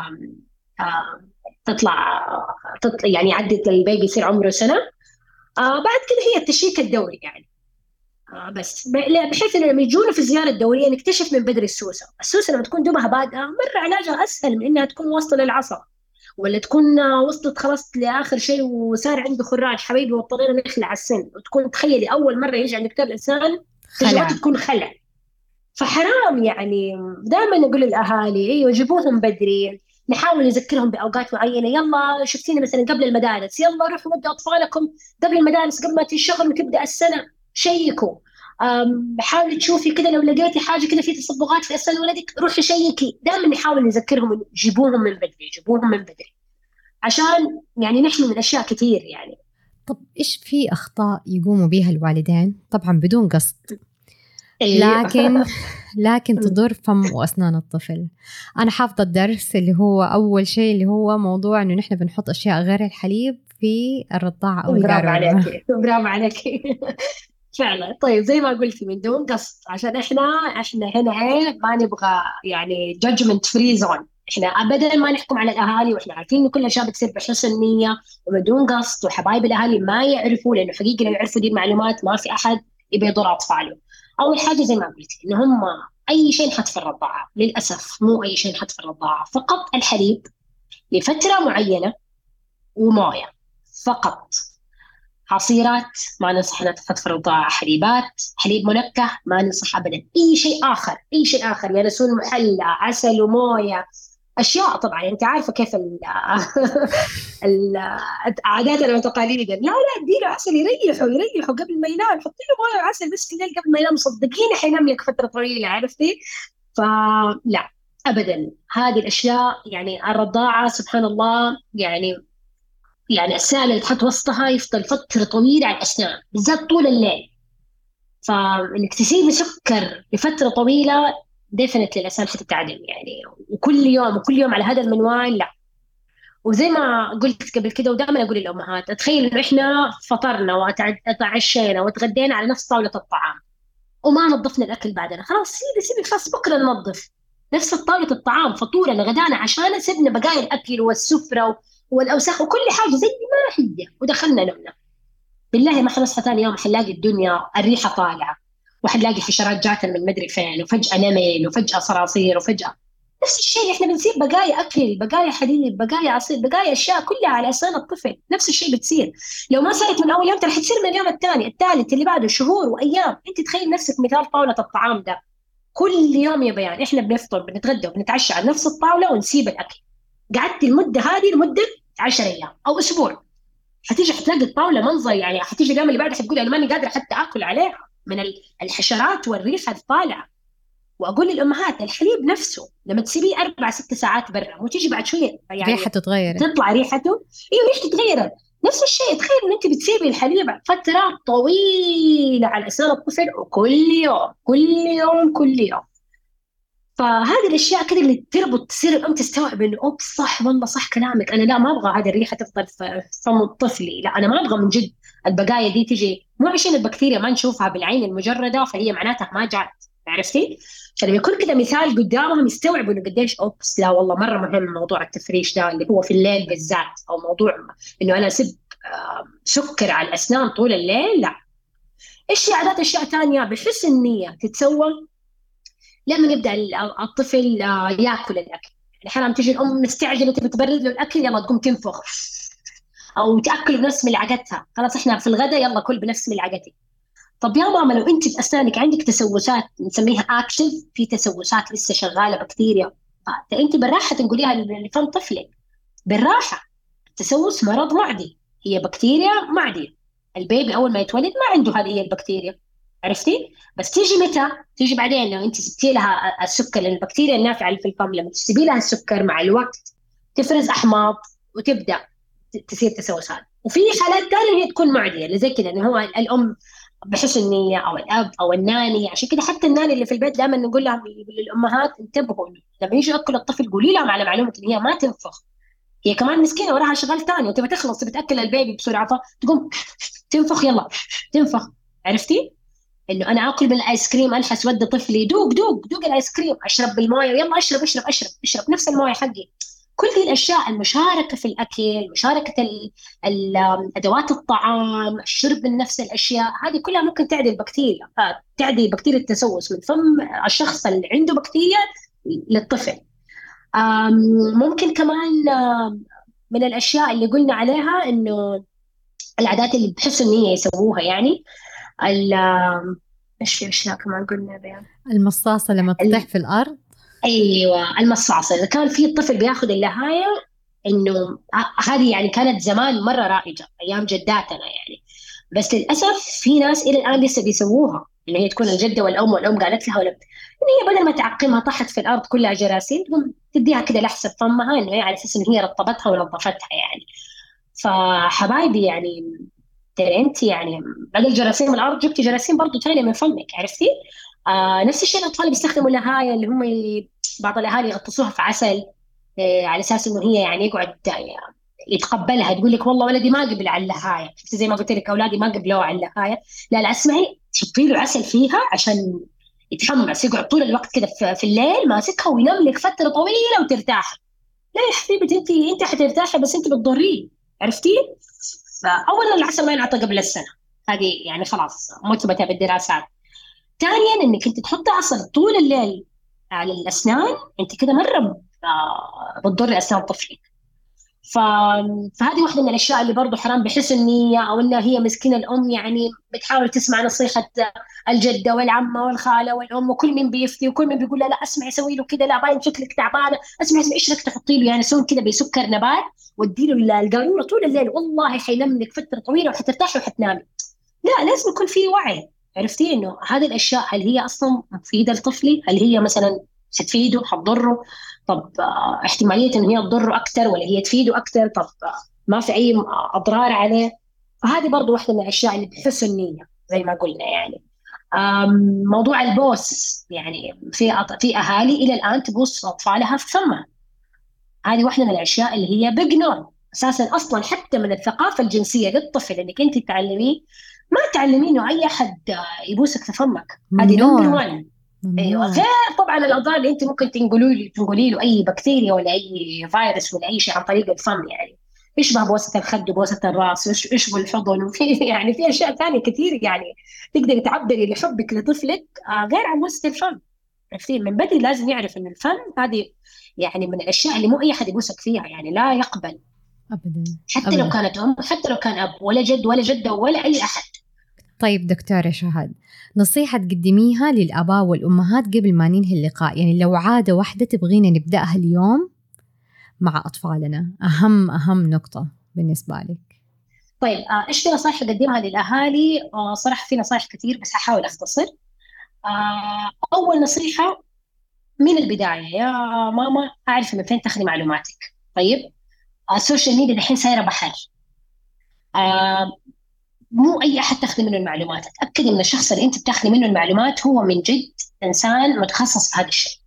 آه تطلع, تطلع يعني يعدي البيبي يصير عمره سنة. آه بعد كده هي التشيك الدوري يعني. آه بس ب- لا، بحيث إنه لما يجونا في الزيارة الدورية نكتشف من بدري السوسة. السوسة لما تكون دوبها بادئة مرة علاجها أسهل من إنها تكون واصلة للعصب، ولا تكون وصلت خلاص لاخر شيء وصار عنده خراج حبيبي واضطرينا نخلع السن، وتكون تخيلي اول مره يجي عند دكتور الانسان تجربته خلع. تكون خلع. فحرام يعني. دائما نقول للاهالي ايوه جيبوهم بدري، نحاول نذكرهم باوقات معينه، يلا شفتيني مثلا قبل المدارس، يلا روحوا ودوا اطفالكم قبل المدارس، قبل ما تنشغلوا وتبدا السنه، شيكوا. أم، حاولي تشوفي كذا لو لقيتي حاجه كذا في تصبغات في اسنان ولدك روحي شيكي. دائما نحاول نذكرهم إنه جيبوهم من بدري، جيبوهم من بدري، عشان يعني نحمي من أشياء كثير يعني. طب إيش في أخطاء يقوموا بها الوالدين طبعا بدون قصد، أيوة. لكن لكن تضر فم وأسنان الطفل؟ أنا حافظة الدرس اللي هو أول شيء اللي هو موضوع إنه نحن بنحط أشياء غير الحليب في الرضاعة أو برافو القارورة. عليكي، برافو عليكي. فعلا. طيب زي ما قلتي من دون قصد، عشان احنا احنا هنا عيب، ما نبغى يعني judgment free zone. احنا ابدا ما نحكم على الاهالي، واحنا عارفين انه كل الاشياء بتصير بحسن نيه وبدون قصد، وحبايب الاهالي ما يعرفوا، لانه حقيقه لو يعرفوا دي المعلومات ما في احد يبي يضر اطفاله. اول حاجه زي ما قلت انه هم اي شيء نحط في الرضاعه، للاسف مو اي شيء نحط في الرضاعه، فقط الحليب لفتره معينه ومويه فقط. عصيرات ما ننصح انها تحط في الرضاعه، حليبات، حليب منكه ما ننصح ابدا. اي شيء اخر، اي شيء اخر، ينسون محلى، عسل ومويه، اشياء طبعا انت عارفه كيف ال ال عاداتنا وتقاليدنا. لا لا اديله عسل يريحه يريحه قبل ما ينام، حطي له مويه وعسل بس الليل قبل ما ينام، صدقيني حينام لك فتره طويله، عرفتي؟ فلا ابدا هذه الاشياء. يعني الرضاعه سبحان الله، يعني يعني السائل اللي تحط وسطها يفضل فتره طويله على الاسنان بالذات طول الليل، فانك تسيبي سكر لفتره طويله ديفنتلي الاسنان حتتعدم يعني. وكل يوم وكل يوم على هذا المنوال لا. وزي ما قلت قبل كده ودائما اقول للامهات، اتخيل انه احنا فطرنا وتعشينا وتغدينا على نفس طاوله الطعام وما نظفنا الاكل بعدنا، خلاص سيبي سيبي خلاص بكره ننظف. نفس طاوله الطعام، فطورنا غدانا عشان سيبنا بقايا الاكل والسفره والاوساخ وكل حاجه زي ما هي ودخلنا نمنا. بالله ما حنصحى ثاني يوم حنلاقي الدنيا الريحه طالعه، وحنلاقي حشرات جاتنا من مدري فين، وفجاه نمل، وفجاه صراصير، وفجاه نفس الشيء. احنا بنسيب بقايا اكل، بقايا حليب، بقايا عصير، بقايا اشياء كلها على اسنان الطفل. نفس الشيء بتصير. لو ما صارت من اول يوم ترى حتصير من اليوم الثاني الثالث اللي بعده، شهور وايام. انت تخيل نفسك مثال طاوله الطعام ده، كل يوم يا بيان احنا بنفطر بنتغدى وبنتعشى على نفس الطاوله ونسيب الاكل. قعدت المده هذه لمده عشر ايام او اسبوع، حتيجي حتلاقي الطاوله منظر يعني، حتيجي اليوم اللي بعده حتقول انا ماني قادره حتى اكل عليها من الحشرات والريحه الطالعه. واقول للامهات الحليب نفسه لما تسيبيه اربع ست ساعات برا وتيجي بعد شويه يعني ريحته تغيرت. تطلع ريحته، ايوه ريحته تغيرت. نفس الشيء تخيل ان انت بتسيبي الحليب فتره طويله على اسنان الطفل، وكل يوم كل يوم كل يوم. فهذه الاشياء كده اللي تربط، تصير الام تستوعب انه اوب صح والله صح كلامك، انا لا ما ابغى هذه الريحه تفضل في فم طفلي، لا انا ما ابغى من جد البقايا دي تجي، مو عشان البكتيريا ما نشوفها بالعين المجرده فهي معناتها ما جات، عرفتي؟ فلما يكون كده مثال قدامهم يستوعبوا انه قديش اوبس لا والله مره مهم موضوع التفريش ده اللي هو في الليل بالذات، او موضوع انه انا اسب سكر على الاسنان طول الليل لا. ايش عادات اشياء ثانيه بحسن النيه تتسوى لما يبدا الطفل ياكل الاكل؟ يعني حرام تجي الام مستعجله تبي تبرد له الاكل يلا تقوم تنفخ، او تاكل بنفس ملعقتها، خلاص احنا في الغداء يلا كل بنفس ملعقتي. طب يا ماما لو انت في اسنانك عندك تسوسات نسميها اكتف، في تسوسات لسه شغاله بكتيريا، فانت بالراحه تقوليها لفم طفلك بالراحه. التسوس مرض معدي، هي بكتيريا معديه، البيبي اول ما يتولد ما عنده هذه هي البكتيريا، عرفتي؟ بس تيجي متى؟ تيجي بعدين لو انت سبتي لها السكر، لان البكتيريا النافعه اللي في الفم لما تسيبي لها السكر مع الوقت تفرز احماض وتبدا تصير تسوسات. وفي حالات ثانيه هي تكون معديه اللي زي كذا، انه هو الام بحسن النية أو الأب أو الناني. عشان كده حتى الناني اللي في البيت دائما نقول لهم للأمهات انتبهوا لما يجي يأكل الطفل قولي لهم على معلومة إن هي ما تنفخ، هي كمان مسكينة وراها شغال ثاني وتبى تخلص تبى تأكل البيبي بسرعة فتقوم تنفخ يلا تنفخ، عرفتي؟ إنه أنا آكل من الآيس كريم ألحس ود طفلي دوق دوق دوق الآيس كريم، أشرب بالموية يلا أشرب أشرب أشرب أشرب نفس الموية حقي. كل هذه الأشياء، المشاركة في الأكل، مشاركة ال ال أدوات الطعام، الشرب من نفس الأشياء، هذه كلها ممكن تعدي البكتيريا، تعدي بكتيريا التسوس من فم الشخص اللي عنده بكتيريا للطفل. ممكن كمان من الأشياء اللي قلنا عليها إنه العادات اللي بحسوا إن هي يسووها يعني إيش في أشياء كمان قلنا بيان. المصاصة لما تطيح في الأرض، ايوه المصاصه، اذا كان في الطفل بياخذ اللهايه، انه هذه يعني كانت زمان مره رائجه ايام جداتنا يعني، بس للاسف في ناس الى الان لسه بيسووها، اللي هي تكون الجده والام والام قالت لها ولا ان هي بدل ما تعقمها طاحت في الارض كلها جراثيم تقوم تديها كده لحسه فمها، انه هي على اساس ان هي رطبتها ونظفتها يعني. فحبايبي يعني ترى انت يعني بدل جراثيم الارض جبتي جراثيم برضو ثانيه من فمك، عرفتي؟ آه نفس الشيء الاطفال بيستخدموا لهايه اللي هم اللي بعض الاهالي يغطسوها في عسل، آه على اساس انه هي يعني يقعد يعني يتقبلها، تقول لك والله ولدي ما قبل على اللهايه، زي ما قلت لك اولادي ما قبلوا على اللهايه، لا لا اسمعي حطي له عسل فيها عشان يتحمس يقعد طول الوقت كده في في الليل ماسكها وينام لك فتره طويله وترتاح. لا يا حبيبتي، انت انت حترتاحي بس انت بتضريه، عرفتي؟ فاولا العسل ما ينعطى قبل السنه، هذه يعني خلاص مثبته بالدراسات. ثانيا انك انت تحطي عسل طول الليل على الاسنان، انت كده مره آه، بتضري اسنان طفلك. ف... فهذه واحدة من الأشياء اللي برضو حرام بحسن النية، أو إنها هي مسكينة الأم يعني بتحاول تسمع نصيحة الجدة والعمة والخالة والأم، وكل من بيفتي وكل من بيقول لا لا اسمعي سوي له كذا، لا باين شكلك تعبانة، اسمعي اسمعي ايش رأيك تحطي له يعني سون كذا بسكر نبات وادي له القارورة طول الليل، والله حينام لك فترة طويلة وحترتاحي وحتنامي. لا، لازم يكون في وعي، عرفتي انه هذه الاشياء هل هي اصلا مفيده لطفلي، هل هي مثلا ستفيده حتضره، طب آه، احتماليه ان هي تضره اكثر ولا هي تفيده اكثر، طب آه، ما في اي اضرار عليه. فهذه برضو واحده من الاشياء اللي بحسن النيه زي ما قلنا يعني. آم، موضوع البوس، يعني في أط- في اهالي الى الان تبوس اطفالها في فمها. هذه واحده من الاشياء اللي هي بيج نو اساسا، اصلا حتى من الثقافه الجنسيه للطفل انك انت تعلميه، ما تعلمينه اي احد يبوسك في فمك. هذه نمبر ممنوع. واحد. ايوه، ممنوع. غير طبعا الاضرار اللي انت ممكن تنقلوا له تنقلي له اي بكتيريا ولا اي فيروس ولا اي شيء عن طريق الفم يعني. يشبه بوسه الخد وبوسه الراس، يش- يشبه الحضن، وفي يعني في اشياء ثانيه كثير يعني تقدري تعبري لحبك لطفلك آه، غير عن بوسه الفم. عرفتي؟ من بدري لازم يعرف ان الفم هذه يعني من الاشياء اللي مو اي احد يبوسك فيها، يعني لا يقبل، أبدا. حتى لو أبدا. كانت ام، حتى لو كان اب، ولا جد ولا جده ولا اي احد. طيب دكتورة شهد، نصيحة تقدميها للآباء والأمهات قبل ما ننهي اللقاء، يعني لو عادة واحدة تبغينا نبدأها اليوم مع أطفالنا، أهم أهم نقطة بالنسبة لك؟ طيب آه، ايش في نصائح اقدمها للاهالي؟ آه، صراحه في نصائح كثير بس هحاول اختصر. آه، اول نصيحه من البدايه يا ماما، اعرفي من فين تاخذي معلوماتك. طيب، آه، السوشيال ميديا الحين صايره بحر. آه، مو اي احد تاخذي منه المعلومات، اتاكدي من الشخص اللي انت بتاخذي منه المعلومات هو من جد انسان متخصص في هذا الشيء.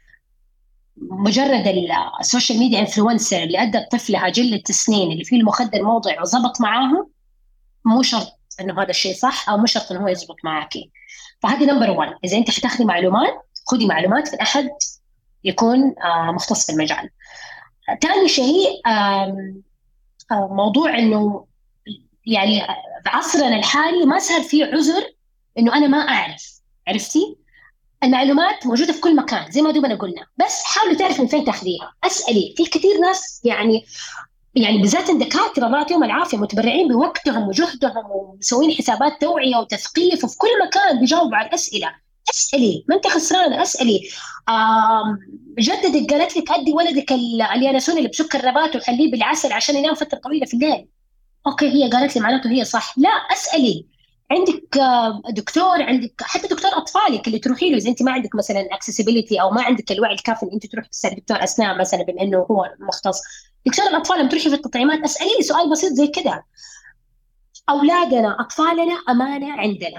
مجرد السوشيال ميديا انفلونسر اللي ادى طفلها جلة سنين اللي فيه المخدر موضع وزبط معاها، مو شرط انه هذا الشيء صح، او مو شرط انه هو يزبط معاكي. فهذه نمبر واحد، اذا انت حتاخذي معلومات خذي معلومات من احد يكون آه، مختص في المجال. ثاني شيء آم، آه، موضوع انه يعني في عصرنا الحالي ما صار في عذر انه انا ما اعرف. عرفتي؟ المعلومات موجوده في كل مكان زي ما دوبنا قلنا، بس حاولي تعرفي من فين تاخذيها. اسالي، في كثير ناس يعني يعني بالذات الدكاتره الله يعطيهم العافيه متبرعين بوقتهم وجهدهم ومسوين حسابات توعيه وتثقيف، وفي كل مكان بيجاوبوا على الاسئله. اسالي، ما انت خسرانه، اسالي. آم، جدتك قالت لك ادي ولدك ال- اليانسون اللي بسكر نبات وحليه بالعسل عشان ينام فتره طويله في الليل. اوكي، هي قالت لي معناته هي صح؟ لا، اسالي. عندك آه، دكتور، عندك حتى دكتور اطفالك اللي تروحي له اذا انت ما عندك مثلا اكسسبيليتي او ما عندك الوعي الكافي ان انت تروحي تسال دكتور اسنان مثلا بما انه هو مختص. دكتور الاطفال لما تروحي في التطعيمات اساليه سؤال بسيط زي كذا. اولادنا اطفالنا امانه عندنا،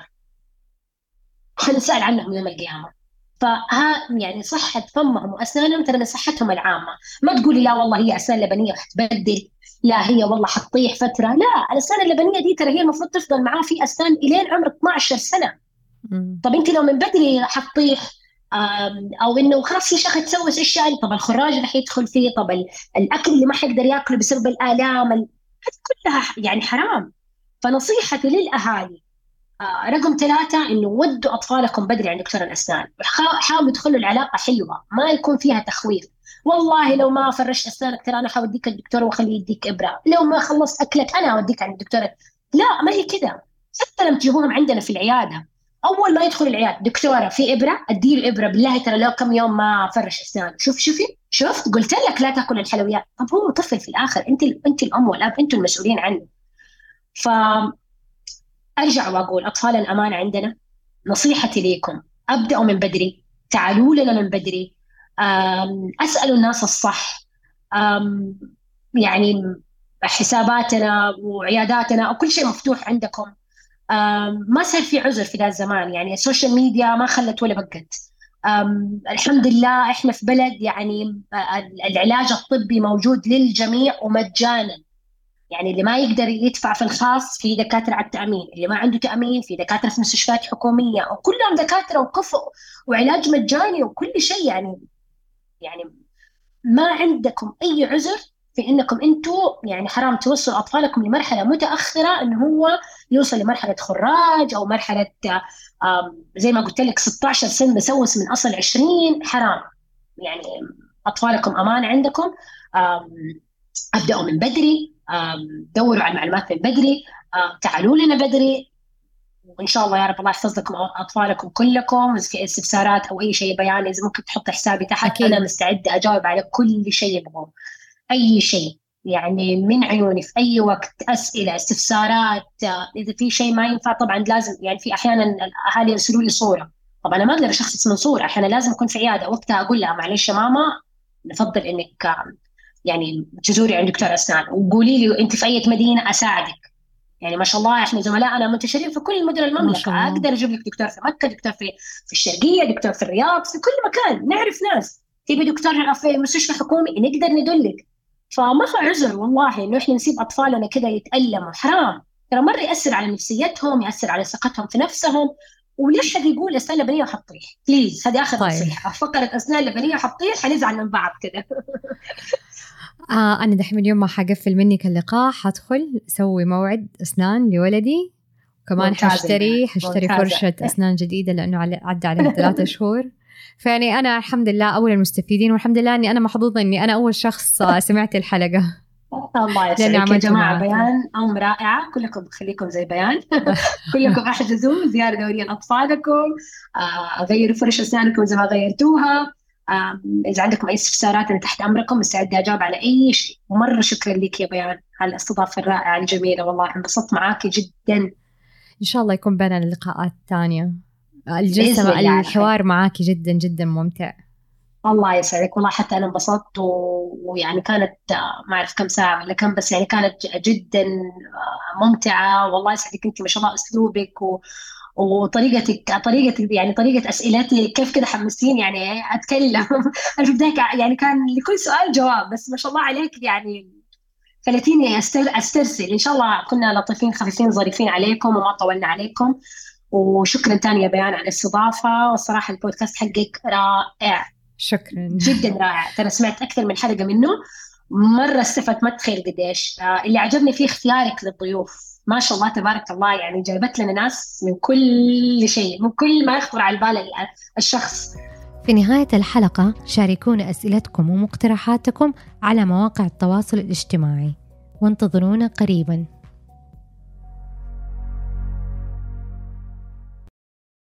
حنسال عنهم يوم القيامه. فها يعني صحة فمهم وأسنانهم ترى من صحتهم العامة. ما تقولي لا والله هي أسنان لبنية وحتبدل، لا هي والله حتطيح فترة، لا، الأسنان اللبنية دي ترى هي المفروض تفضل معاه في أسنان إلين عمر اثنا عشر سنة. مم. طب أنت لو من بدري حتطيح آم، أو إنه خلاص يا شيخ تسوس إيش يعني، طب الخراج اللي حيدخل فيه، طب ال- الأكل اللي ما حيقدر ياكله بسبب الآلام ال- هذه كلها يعني حرام. فنصيحتي للأهالي آه، رقم ثلاثة إنه ودوا أطفالكم بدري عند دكتور الأسنان، وحا- حاولوا تخلوا العلاقة حلوة ما يكون فيها تخويف. والله لو ما فرشت أسنانك ترى أنا حوديك الدكتور وأخليه يديك إبرة، لو ما خلصت أكلك أنا أوديك عند الدكتور. لا، ما هي كده. حتى لما تجيبوهم عندنا في العيادة، أول ما يدخل العيادة دكتورة في إبرة أديله إبرة، بالله ترى لو كم يوم ما فرش أسنانه، شوف شوفي شفت قلت لك لا تاكل الحلويات. طب هو طفل في الآخر، أنت أنت الأم والأب أنتم المسؤولين عنه. ف أرجع وأقول أطفالنا أمانة عندنا. نصيحتي ليكم أبدأوا من بدري، تعالوا لنا من بدري، أم، أسألوا الناس الصح. أم، يعني حساباتنا وعياداتنا وكل شيء مفتوح عندكم. أم، ما صار في عذر في ذا الزمان، يعني السوشيال ميديا ما خلت ولا بقت. أم، الحمد لله إحنا في بلد يعني العلاج الطبي موجود للجميع ومجانا. يعني اللي ما يقدر يدفع في الخاص في دكاترة على التأمين، اللي ما عنده تأمين في دكاترة في مستشفيات حكومية، وكلهم دكاترة وكفؤ وعلاج مجاني وكل شيء. يعني يعني ما عندكم أي عذر في إنكم أنتوا يعني حرام توصلوا أطفالكم لمرحلة متأخرة، إنه هو يوصل لمرحلة خراج أو مرحلة زي ما قلت لك ستة عشر سنة مسوس من أصل عشرين. حرام يعني. أطفالكم أمان عندكم. أبدأوا من بدري، دوروا على المعلومات من بدري، تعالوا لنا بدري، وإن شاء الله يا رب الله يحفظ لكم أطفالكم كلكم. إذا في استفسارات أو أي شيء بيان إذا ممكن تحط حسابي تحت، أكيد. أنا مستعدة أجاوب على كل شيء يبغوه، أي شيء يعني من عيوني في أي وقت. أسئلة، استفسارات، إذا في شيء ما ينفع طبعا لازم، يعني في أحيانا الأهالي يرسلوا لي صورة، طبعا أنا ما أقدر أشخص من صورة، أحيانا لازم أكون في عيادة، وقتها أقول لها معلش يا ماما نفضل إنك يعني تزوري عند دكتور أسنان وقولي لي أنت في أي مدينة أساعدك. يعني ما شاء الله احنا زملائنا منتشرين في كل مدن ما شاء المملكة، الله. أقدر أجيب لك دكتور في مكة، دكتور في في الشرقية، دكتور في الرياض، في كل مكان نعرف ناس. تبي دكتور في مستشفى حكومي نقدر ندلك. فما في عذر والله إنه إحنا نسيب أطفالنا كده يتألموا، حرام. ترى مرة يأثر على نفسيتهم، يأثر على ثقتهم في نفسهم. ولا حد يقول أسنان لبنية وحطيح بليز، هذه آخر طيب. نصيحة. فقرة أسنان لبنية وحطيح حنزعل من بعض كده. آه أنا دحين اليوم ما حقفل منك اللقاء، حدخل أسوي موعد أسنان لولدي، كمان حشتري حشتري فرشة أسنان جديدة لأنه عدى عليها ثلاثة شهور. فيعني أنا الحمد لله أول المستفيدين، والحمد لله أني أنا محظوظة أني أنا أول شخص سمعت الحلقة. الله يسعدك يا جماعة. بيان أم رائعة، كلكم خليكم زي بيان. كلكم احجزوا زيارة دورية لأطفالكم، غيروا فرش أسنانكم زي ما غيرتوها. إذا عندكم أي استفسارات أنا تحت أمركم، مستعدة أجاوب على أي شيء. مرة شكرا لك يا بيان على الاستضافة الرائعة الجميلة، والله انبسطت معاكي جدا. إن شاء الله يكون بيننا لقاءات تانية. الجلسة الحوار معاكي جدا جدا ممتع. الله يسعدك، والله حتى أنا انبسطت و... ويعني كانت ما أعرف كم ساعة ولا كم، بس يعني كانت جدا ممتعة. والله يسعدك أنت ما شاء الله أسلوبك و... وطريقتك طريقة يعني طريقة أسئلتي كيف كده حمسين يعني أتكلم. أنا في البداية يعني كان لكل سؤال جواب، بس ما شاء الله عليك يعني خلتيني أستر... أسترسل. إن شاء الله كنا لطيفين خفيفين ظريفين عليكم وما طولنا عليكم. وشكرا تاني يا بيان على الاستضافة، والصراحة البودكاست حقك رائع. شكرا جدا رائع، ترى سمعت أكثر من حلقة منه، مرة استفدت ما تخيل قديش. آه اللي عجبني فيه اختيارك للضيوف، ما شاء الله تبارك الله، يعني جايبت لنا ناس من كل شيء، من كل ما يخطر على البال الشخص. في نهاية الحلقة شاركونا أسئلتكم ومقترحاتكم على مواقع التواصل الاجتماعي، وانتظرونا قريباً.